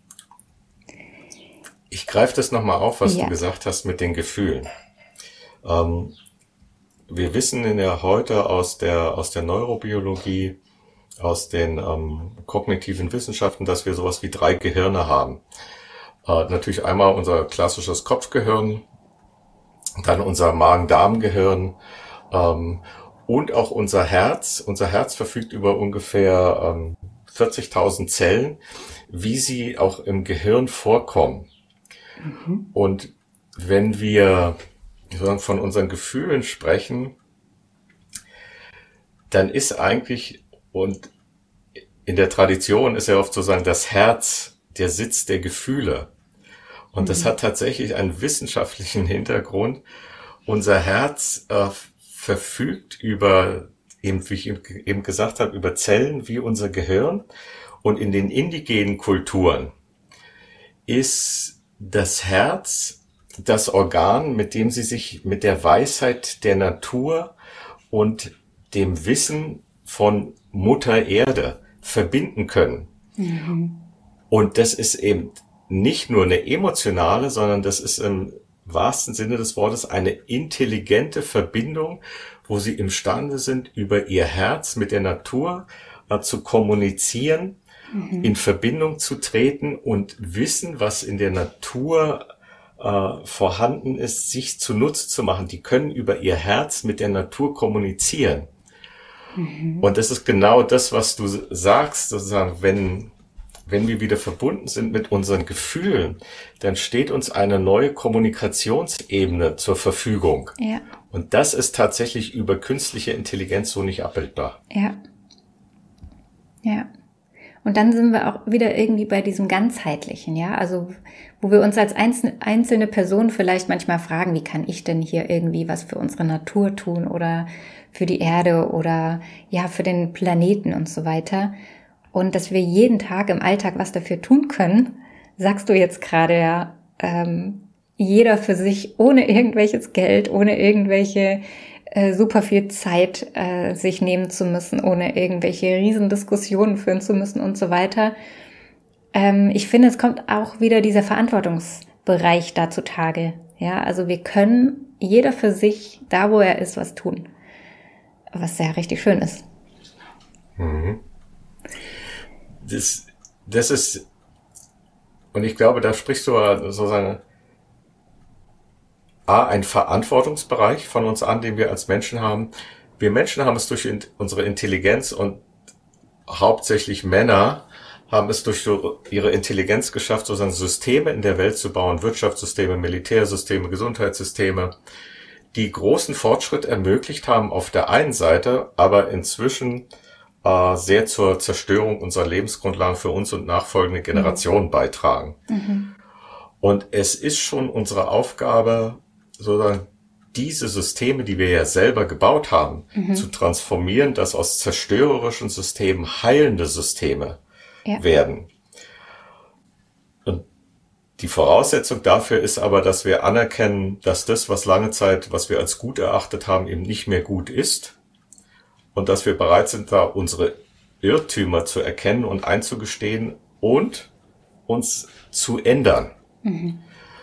Ich greife das nochmal auf, was ja. du gesagt hast mit den Gefühlen. Ähm, Wir wissen in der heute aus der aus der Neurobiologie, aus den ähm, kognitiven Wissenschaften, dass wir sowas wie drei Gehirne haben. Äh, natürlich einmal unser klassisches Kopfgehirn, dann unser Magen-Darm-Gehirn ähm, und auch unser Herz. Unser Herz verfügt über ungefähr ähm, vierzigtausend Zellen, wie sie auch im Gehirn vorkommen. Mhm. Und wenn wir von unseren Gefühlen sprechen, dann ist eigentlich, und in der Tradition ist ja oft sozusagen das Herz der Sitz der Gefühle. Und mhm. das hat tatsächlich einen wissenschaftlichen Hintergrund. Unser Herz äh, verfügt über, eben wie ich eben gesagt habe, über Zellen wie unser Gehirn. Und in den indigenen Kulturen ist das Herz das Organ, mit dem sie sich mit der Weisheit der Natur und dem Wissen von Mutter Erde verbinden können. Mhm. Und das ist eben nicht nur eine emotionale, sondern das ist im wahrsten Sinne des Wortes eine intelligente Verbindung, wo sie imstande sind, über ihr Herz mit der Natur äh, zu kommunizieren, mhm. in Verbindung zu treten und wissen, was in der Natur Äh, vorhanden ist, sich zunutze zu machen. Die können über ihr Herz mit der Natur kommunizieren. Mhm. Und das ist genau das, was du sagst, sozusagen, wenn, wenn wir wieder verbunden sind mit unseren Gefühlen, dann steht uns eine neue Kommunikationsebene zur Verfügung. Ja. Und das ist tatsächlich über künstliche Intelligenz so nicht abbildbar. Ja. Ja. Und dann sind wir auch wieder irgendwie bei diesem Ganzheitlichen, ja, also wo wir uns als einzelne Person vielleicht manchmal fragen, wie kann ich denn hier irgendwie was für unsere Natur tun oder für die Erde oder ja für den Planeten und so weiter. Und dass wir jeden Tag im Alltag was dafür tun können, sagst du jetzt gerade ja, ähm, jeder für sich, ohne irgendwelches Geld, ohne irgendwelche äh, super viel Zeit äh, sich nehmen zu müssen, ohne irgendwelche Riesendiskussionen führen zu müssen und so weiter. Ähm, ich finde, es kommt auch wieder dieser Verantwortungsbereich da zutage. Ja, also wir können jeder für sich, da wo er ist, was tun. Was ja richtig schön ist. Mhm. Das, das ist, und ich glaube, da sprichst du sozusagen A, ein Verantwortungsbereich von uns an, den wir als Menschen haben. Wir Menschen haben es durch unsere Intelligenz und hauptsächlich Männer haben es durch ihre Intelligenz geschafft, sozusagen Systeme in der Welt zu bauen, Wirtschaftssysteme, Militärsysteme, Gesundheitssysteme, die großen Fortschritt ermöglicht haben auf der einen Seite, aber inzwischen äh, sehr zur Zerstörung unserer Lebensgrundlagen für uns und nachfolgende Generationen mhm. beitragen. Mhm. Und es ist schon unsere Aufgabe, sozusagen diese Systeme, die wir ja selber gebaut haben, mhm. zu transformieren, dass aus zerstörerischen Systemen heilende Systeme ja. werden. Und die Voraussetzung dafür ist aber, dass wir anerkennen, dass das, was lange Zeit, was wir als gut erachtet haben, eben nicht mehr gut ist. Und dass wir bereit sind, da unsere Irrtümer zu erkennen und einzugestehen und uns zu ändern. Mhm.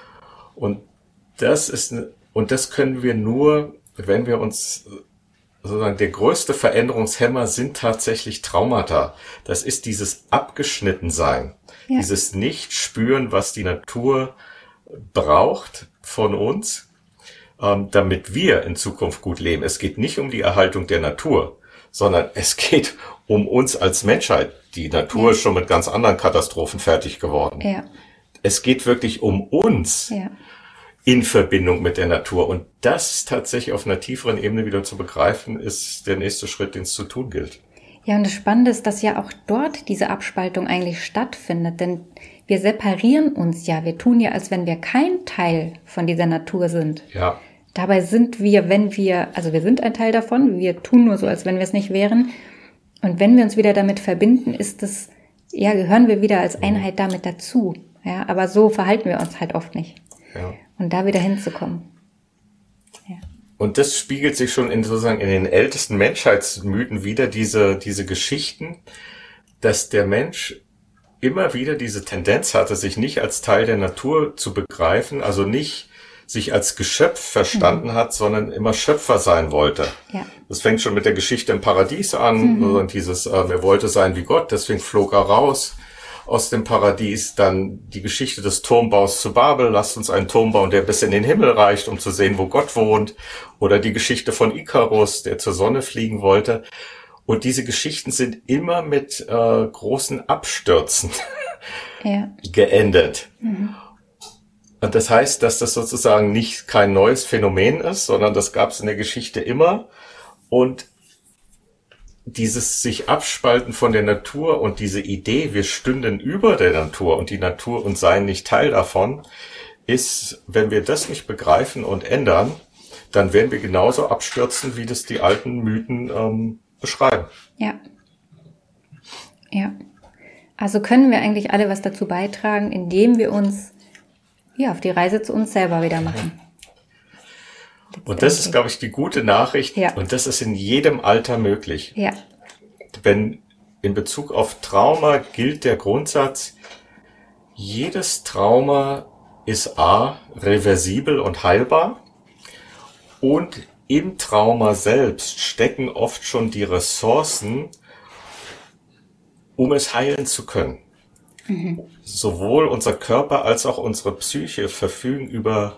Und das ist, und das können wir nur, wenn wir uns, sozusagen, der größte Veränderungshemmer sind tatsächlich Traumata. Das ist dieses Abgeschnittensein. Ja. Dieses Nicht-Spüren, was die Natur braucht von uns, ähm, damit wir in Zukunft gut leben. Es geht nicht um die Erhaltung der Natur, sondern es geht um uns als Menschheit. Die Natur ja. ist schon mit ganz anderen Katastrophen fertig geworden. Ja. Es geht wirklich um uns ja. in Verbindung mit der Natur. Und das tatsächlich auf einer tieferen Ebene wieder zu begreifen, ist der nächste Schritt, den es zu tun gilt. Ja, und das Spannende ist, dass ja auch dort diese Abspaltung eigentlich stattfindet, denn wir separieren uns ja, wir tun ja, als wenn wir kein Teil von dieser Natur sind. Ja. Dabei sind wir, wenn wir, also wir sind ein Teil davon, wir tun nur so, als wenn wir es nicht wären. Und wenn wir uns wieder damit verbinden, ist es, ja, gehören wir wieder als Einheit damit dazu. Ja, aber so verhalten wir uns halt oft nicht. Ja. Und da wieder hinzukommen. Ja. Und das spiegelt sich schon in sozusagen in den ältesten Menschheitsmythen wieder, diese, diese Geschichten, dass der Mensch immer wieder diese Tendenz hatte, sich nicht als Teil der Natur zu begreifen, also nicht sich als Geschöpf verstanden mhm. hat, sondern immer Schöpfer sein wollte. Ja. Das fängt schon mit der Geschichte im Paradies an, mhm. und dieses, äh, er wollte sein wie Gott, deswegen flog er raus aus dem Paradies. Dann die Geschichte des Turmbaus zu Babel, lasst uns einen Turm bauen, der bis in den Himmel reicht, um zu sehen, wo Gott wohnt. Oder die Geschichte von Ikarus, der zur Sonne fliegen wollte. Und diese Geschichten sind immer mit äh, großen Abstürzen ja. geendet. Mhm. Und das heißt, dass das sozusagen nicht kein neues Phänomen ist, sondern das gab es in der Geschichte immer. Und dieses sich abspalten von der Natur und diese Idee, wir stünden über der Natur und die Natur und seien nicht Teil davon, ist, wenn wir das nicht begreifen und ändern, dann werden wir genauso abstürzen, wie das die alten Mythen ähm, beschreiben. Ja. Ja. Also können wir eigentlich alle was dazu beitragen, indem wir uns ja auf die Reise zu uns selber wieder machen. Und das ist, glaube ich, die gute Nachricht. Ja. Und das ist in jedem Alter möglich. Ja. Wenn in Bezug auf Trauma gilt der Grundsatz, jedes Trauma ist A, reversibel und heilbar. Und im Trauma selbst stecken oft schon die Ressourcen, um es heilen zu können. Mhm. Sowohl unser Körper als auch unsere Psyche verfügen über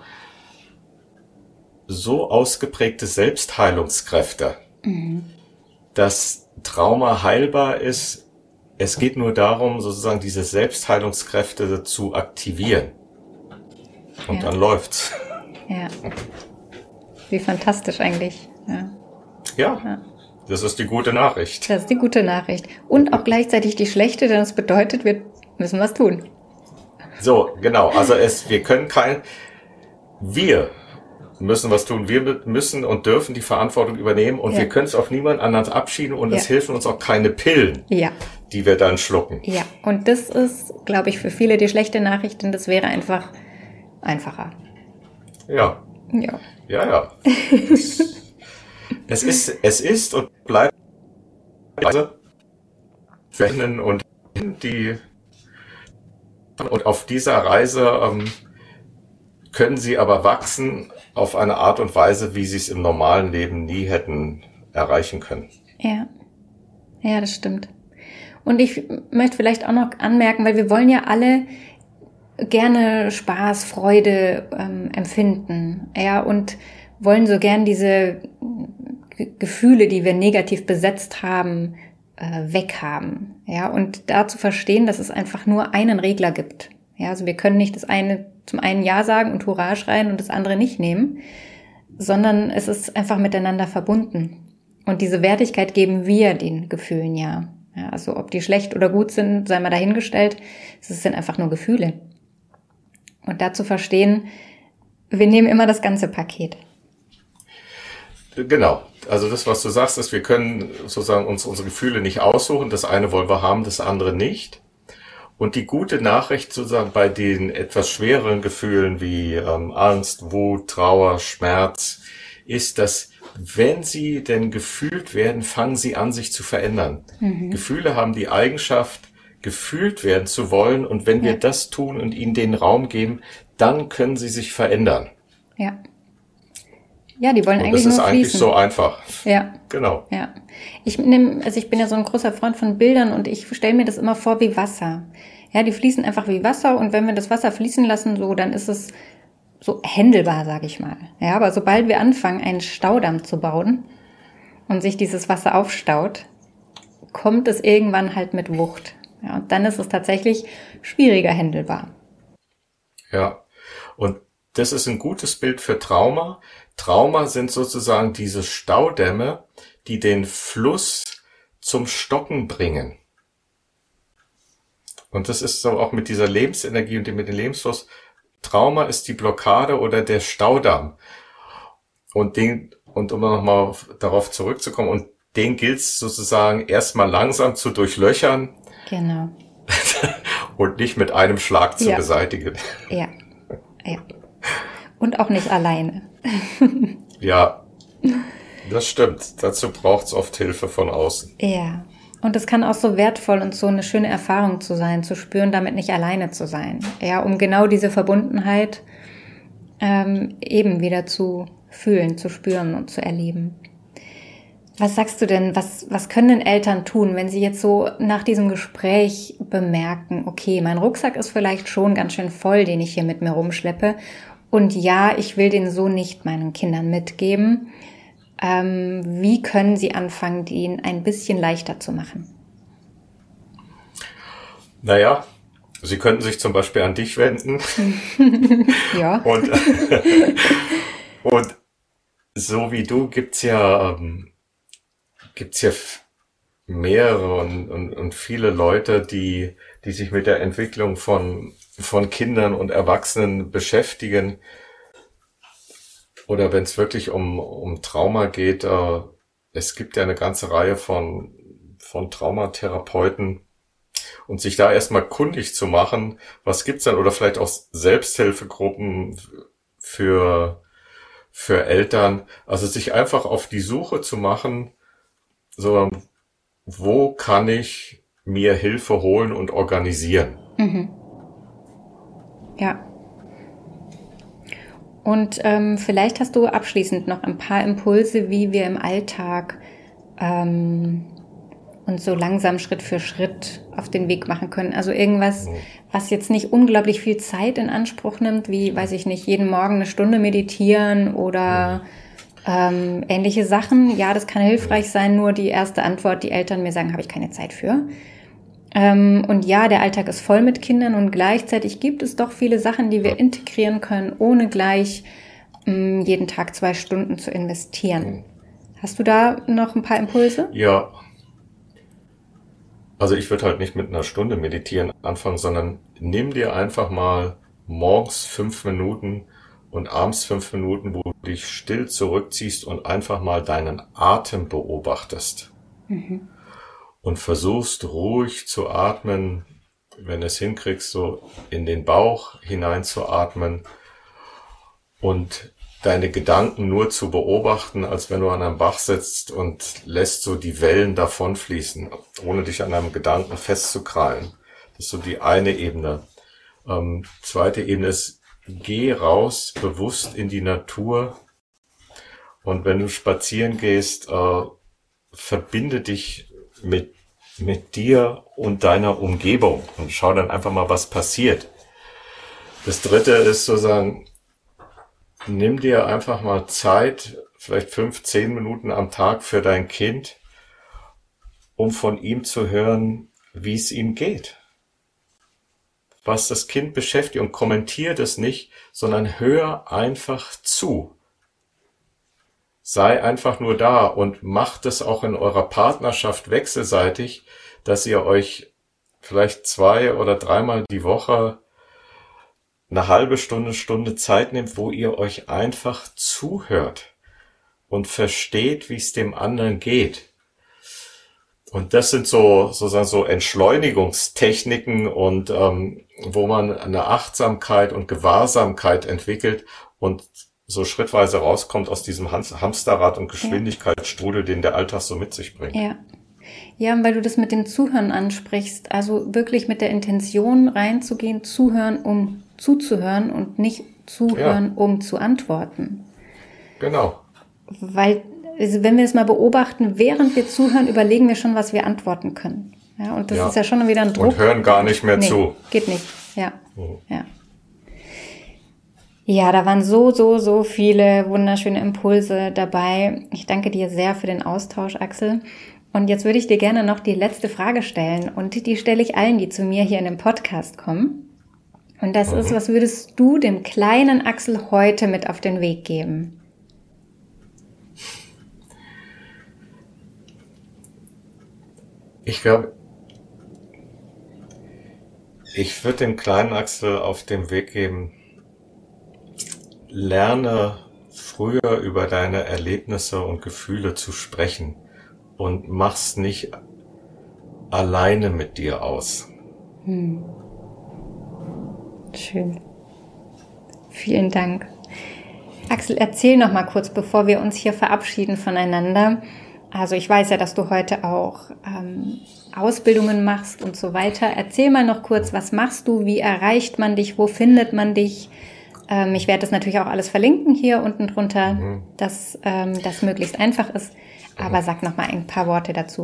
so ausgeprägte Selbstheilungskräfte, mhm. dass Trauma heilbar ist. Es geht nur darum, sozusagen diese Selbstheilungskräfte zu aktivieren. Und ja. dann läuft's. Ja. Wie fantastisch eigentlich. Ja. Ja. ja. Das ist die gute Nachricht. Das ist die gute Nachricht. Und auch gleichzeitig die schlechte, denn das bedeutet, wir müssen was tun. So, genau. Also es, wir können kein, wir müssen was tun. Wir müssen und dürfen die Verantwortung übernehmen und ja. wir können es auf niemand anderen abschieben und ja. es helfen uns auch keine Pillen, ja. die wir dann schlucken. Ja, und das ist, glaube ich, für viele die schlechte Nachricht, denn das wäre einfach einfacher. Ja. Ja. Ja, ja. es, es ist, es ist und bleibt Rennen und die und auf dieser Reise ähm, können sie aber wachsen auf eine Art und Weise, wie sie es im normalen Leben nie hätten erreichen können. Ja, ja, das stimmt. Und ich möchte vielleicht auch noch anmerken, weil wir wollen ja alle gerne Spaß, Freude ähm, empfinden, ja, und wollen so gern diese G- Gefühle, die wir negativ besetzt haben, äh, weghaben. Ja, und da zu verstehen, dass es einfach nur einen Regler gibt. Ja, also wir können nicht das eine zum einen Ja sagen und Hurra schreien und das andere nicht nehmen, sondern es ist einfach miteinander verbunden. Und diese Wertigkeit geben wir den Gefühlen ja. Ja, also ob die schlecht oder gut sind, sei mal dahingestellt. Es sind einfach nur Gefühle. Und da zu verstehen, wir nehmen immer das ganze Paket. Genau. Also das, was du sagst, ist, wir können sozusagen uns unsere Gefühle nicht aussuchen. Das eine wollen wir haben, das andere nicht. Und die gute Nachricht sozusagen bei den etwas schwereren Gefühlen wie ähm, Angst, Wut, Trauer, Schmerz, ist, dass wenn sie denn gefühlt werden, fangen sie an, sich zu verändern. Mhm. Gefühle haben die Eigenschaft, gefühlt werden zu wollen. Und wenn wir ja. das tun und ihnen den Raum geben, dann können sie sich verändern. Ja. Ja, die wollen und eigentlich nur fließen. Das ist eigentlich so einfach. Ja. Genau. Ja. Ich nehme, also ich bin ja so ein großer Freund von Bildern und ich stelle mir das immer vor wie Wasser. Ja, die fließen einfach wie Wasser und wenn wir das Wasser fließen lassen, so, dann ist es so händelbar, sage ich mal. Ja, aber sobald wir anfangen, einen Staudamm zu bauen und sich dieses Wasser aufstaut, kommt es irgendwann halt mit Wucht. Ja, und dann ist es tatsächlich schwieriger händelbar. Ja, und das ist ein gutes Bild für Trauma. Trauma sind sozusagen diese Staudämme, die den Fluss zum Stocken bringen. Und das ist so auch mit dieser Lebensenergie und mit dem Lebensfluss. Trauma ist die Blockade oder der Staudamm. Und den, und um nochmal darauf zurückzukommen, und den gilt es sozusagen erstmal langsam zu durchlöchern. Genau. Und nicht mit einem Schlag zu ja. beseitigen. Ja, ja. Und auch nicht alleine. Ja, das stimmt. Dazu braucht es oft Hilfe von außen. Ja. Und es kann auch so wertvoll und so eine schöne Erfahrung zu sein, zu spüren, damit nicht alleine zu sein. Ja, um genau diese Verbundenheit ähm, eben wieder zu fühlen, zu spüren und zu erleben. Was sagst du denn, was, was können denn Eltern tun, wenn sie jetzt so nach diesem Gespräch bemerken, okay, mein Rucksack ist vielleicht schon ganz schön voll, den ich hier mit mir rumschleppe. Und ja, ich will den so nicht meinen Kindern mitgeben. Ähm, wie können sie anfangen, den ein bisschen leichter zu machen? Naja, sie könnten sich zum Beispiel an dich wenden. Ja. Und, und so wie du gibt's ja, ähm, gibt's ja mehrere und, und, und viele Leute, die, die sich mit der Entwicklung von, von Kindern und Erwachsenen beschäftigen. Oder wenn es wirklich um, um Trauma geht, äh, es gibt ja eine ganze Reihe von, von Traumatherapeuten, und sich da erstmal kundig zu machen, was gibt's denn, oder vielleicht auch Selbsthilfegruppen für, für Eltern, also sich einfach auf die Suche zu machen, so, wo kann ich mir Hilfe holen und organisieren? Mhm. Ja. Und ähm, vielleicht hast du abschließend noch ein paar Impulse, wie wir im Alltag ähm, uns so langsam Schritt für Schritt auf den Weg machen können. Also irgendwas, mhm. was jetzt nicht unglaublich viel Zeit in Anspruch nimmt, wie, weiß ich nicht, jeden Morgen eine Stunde meditieren oder mhm. ähm, ähnliche Sachen. Ja, das kann hilfreich mhm. sein, nur die erste Antwort, die Eltern mir sagen, habe ich keine Zeit für. Ähm, und ja, der Alltag ist voll mit Kindern und gleichzeitig gibt es doch viele Sachen, die wir integrieren können, ohne gleich ähm, jeden Tag zwei Stunden zu investieren. Hast du da noch ein paar Impulse? Ja. Also ich würde halt nicht mit einer Stunde meditieren anfangen, sondern nimm dir einfach mal morgens fünf Minuten und abends fünf Minuten, wo du dich still zurückziehst und einfach mal deinen Atem beobachtest. Mhm. Und versuchst ruhig zu atmen, wenn du es hinkriegst, so in den Bauch hineinzuatmen und deine Gedanken nur zu beobachten, als wenn du an einem Bach sitzt und lässt so die Wellen davonfließen, ohne dich an einem Gedanken festzukrallen. Das ist so die eine Ebene. Ähm, zweite Ebene ist, geh raus, bewusst in die Natur. Und wenn du spazieren gehst, äh, verbinde dich mit, mit dir und deiner Umgebung und schau dann einfach mal, was passiert. Das dritte ist sozusagen, nimm dir einfach mal Zeit, vielleicht fünf, zehn Minuten am Tag für dein Kind um von ihm zu hören, wie es ihm geht. Was das Kind beschäftigt, und kommentiert es nicht, sondern hör einfach zu. Sei einfach nur da und macht es auch in eurer Partnerschaft wechselseitig, dass ihr euch vielleicht zwei oder dreimal die Woche eine halbe Stunde, Stunde Zeit nehmt, wo ihr euch einfach zuhört und versteht, wie es dem anderen geht. Und das sind so sozusagen so Entschleunigungstechniken und ähm, wo man eine Achtsamkeit und Gewahrsamkeit entwickelt und so schrittweise rauskommt aus diesem Hamsterrad und Geschwindigkeitsstrudel, den der Alltag so mit sich bringt. Ja. Ja, und weil du das mit dem Zuhören ansprichst, also wirklich mit der Intention reinzugehen, zuhören, um zuzuhören und nicht zuhören, ja. um zu antworten. Genau. Weil, also wenn wir es mal beobachten, während wir zuhören, überlegen wir schon, was wir antworten können. Ja, und das ja. ist ja schon wieder ein Druck. Und hören gar nicht mehr nee, zu. Geht nicht, ja. Mhm. ja. Ja, da waren so, so, so viele wunderschöne Impulse dabei. Ich danke dir sehr für den Austausch, Axel. Und jetzt würde ich dir gerne noch die letzte Frage stellen. Und die stelle ich allen, die zu mir hier in den Podcast kommen. Und das mhm. ist, was würdest du dem kleinen Axel heute mit auf den Weg geben? Ich glaube, ich würde dem kleinen Axel auf den Weg geben, lerne früher über deine Erlebnisse und Gefühle zu sprechen und mach's nicht alleine mit dir aus. Hm. Schön. Vielen Dank. Axel, erzähl noch mal kurz, bevor wir uns hier verabschieden voneinander. Also ich weiß ja, dass du heute auch ähm, Ausbildungen machst und so weiter. Erzähl mal noch kurz, was machst du, wie erreicht man dich, wo findet man dich? Ähm, ich werde das natürlich auch alles verlinken hier unten drunter, mhm. dass ähm, das möglichst einfach ist. Aber mhm. sag noch mal ein paar Worte dazu.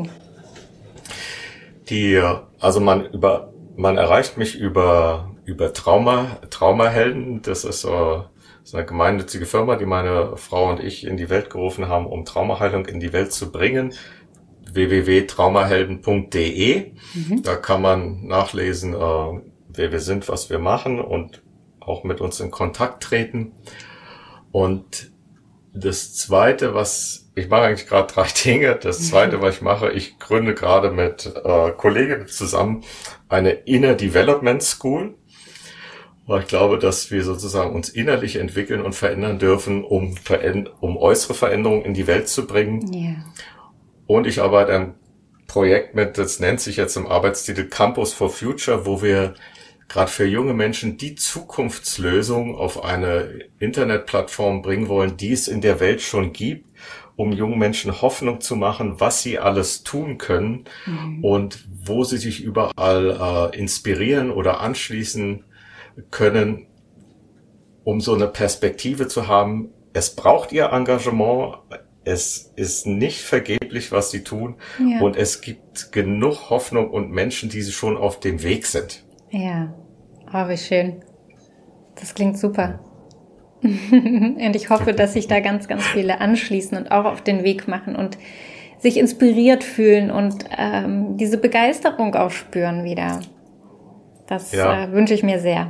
Die, also man über, man erreicht mich über über Trauma, Traumahelden. Das ist äh, Das ist eine gemeinnützige Firma, die meine Frau und ich in die Welt gerufen haben, um Traumaheilung in die Welt zu bringen. w w w punkt traumahelden punkt d e. Mhm. Da kann man nachlesen, äh, wer wir sind, was wir machen und auch mit uns in Kontakt treten. Und das Zweite, was ich mache eigentlich gerade drei Dinge. Das Zweite, was ich mache, ich gründe gerade mit äh, Kolleginnen zusammen eine Inner Development School. Weil ich glaube, dass wir sozusagen uns innerlich entwickeln und verändern dürfen, um, veränd- um äußere Veränderungen in die Welt zu bringen. Yeah. Und ich arbeite ein Projekt mit, das nennt sich jetzt im Arbeitstitel Campus for Future, wo wir gerade für junge Menschen die Zukunftslösung auf eine Internetplattform bringen wollen, die es in der Welt schon gibt, um jungen Menschen Hoffnung zu machen, was sie alles tun können mhm. und wo sie sich überall äh, inspirieren oder anschließen können, um so eine Perspektive zu haben. Es braucht ihr Engagement, es ist nicht vergeblich, was sie tun ja. und es gibt genug Hoffnung und Menschen, die schon auf dem Weg sind. Ja, oh, wie schön. Das klingt super. Und ich hoffe, dass sich da ganz, ganz viele anschließen und auch auf den Weg machen und sich inspiriert fühlen und ähm, diese Begeisterung auch spüren wieder. Das ja. äh, wünsche ich mir sehr.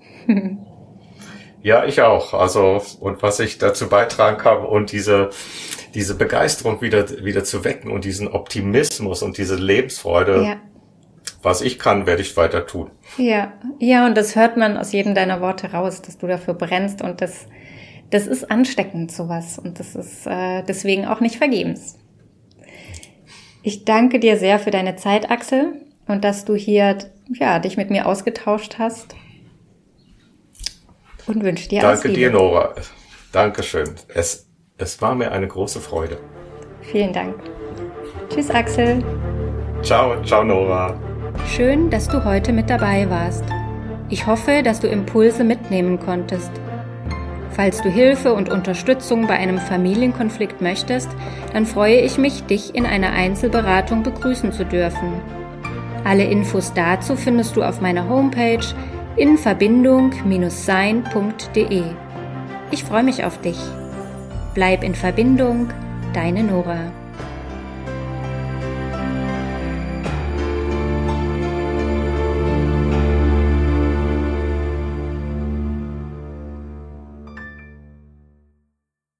Ja, ich auch. Also, und was ich dazu beitragen kann und diese, diese Begeisterung wieder, wieder zu wecken und diesen Optimismus und diese Lebensfreude, ja. was ich kann, werde ich weiter tun. Ja, ja, und das hört man aus jedem deiner Worte raus, dass du dafür brennst und das, das ist ansteckend, sowas. Und das ist äh, deswegen auch nicht vergebens. Ich danke dir sehr für deine Zeit, Axel, und dass du hier, ja, dich mit mir ausgetauscht hast. Und wünsche dir alles Liebe. Danke dir, Nora. Dankeschön. Es, es war mir eine große Freude. Vielen Dank. Tschüss, Axel. Ciao, ciao, Nora. Schön, dass du heute mit dabei warst. Ich hoffe, dass du Impulse mitnehmen konntest. Falls du Hilfe und Unterstützung bei einem Familienkonflikt möchtest, dann freue ich mich, dich in einer Einzelberatung begrüßen zu dürfen. Alle Infos dazu findest du auf meiner Homepage in verbindung sein punkt d e. Ich freue mich auf dich. Bleib in Verbindung, deine Nora.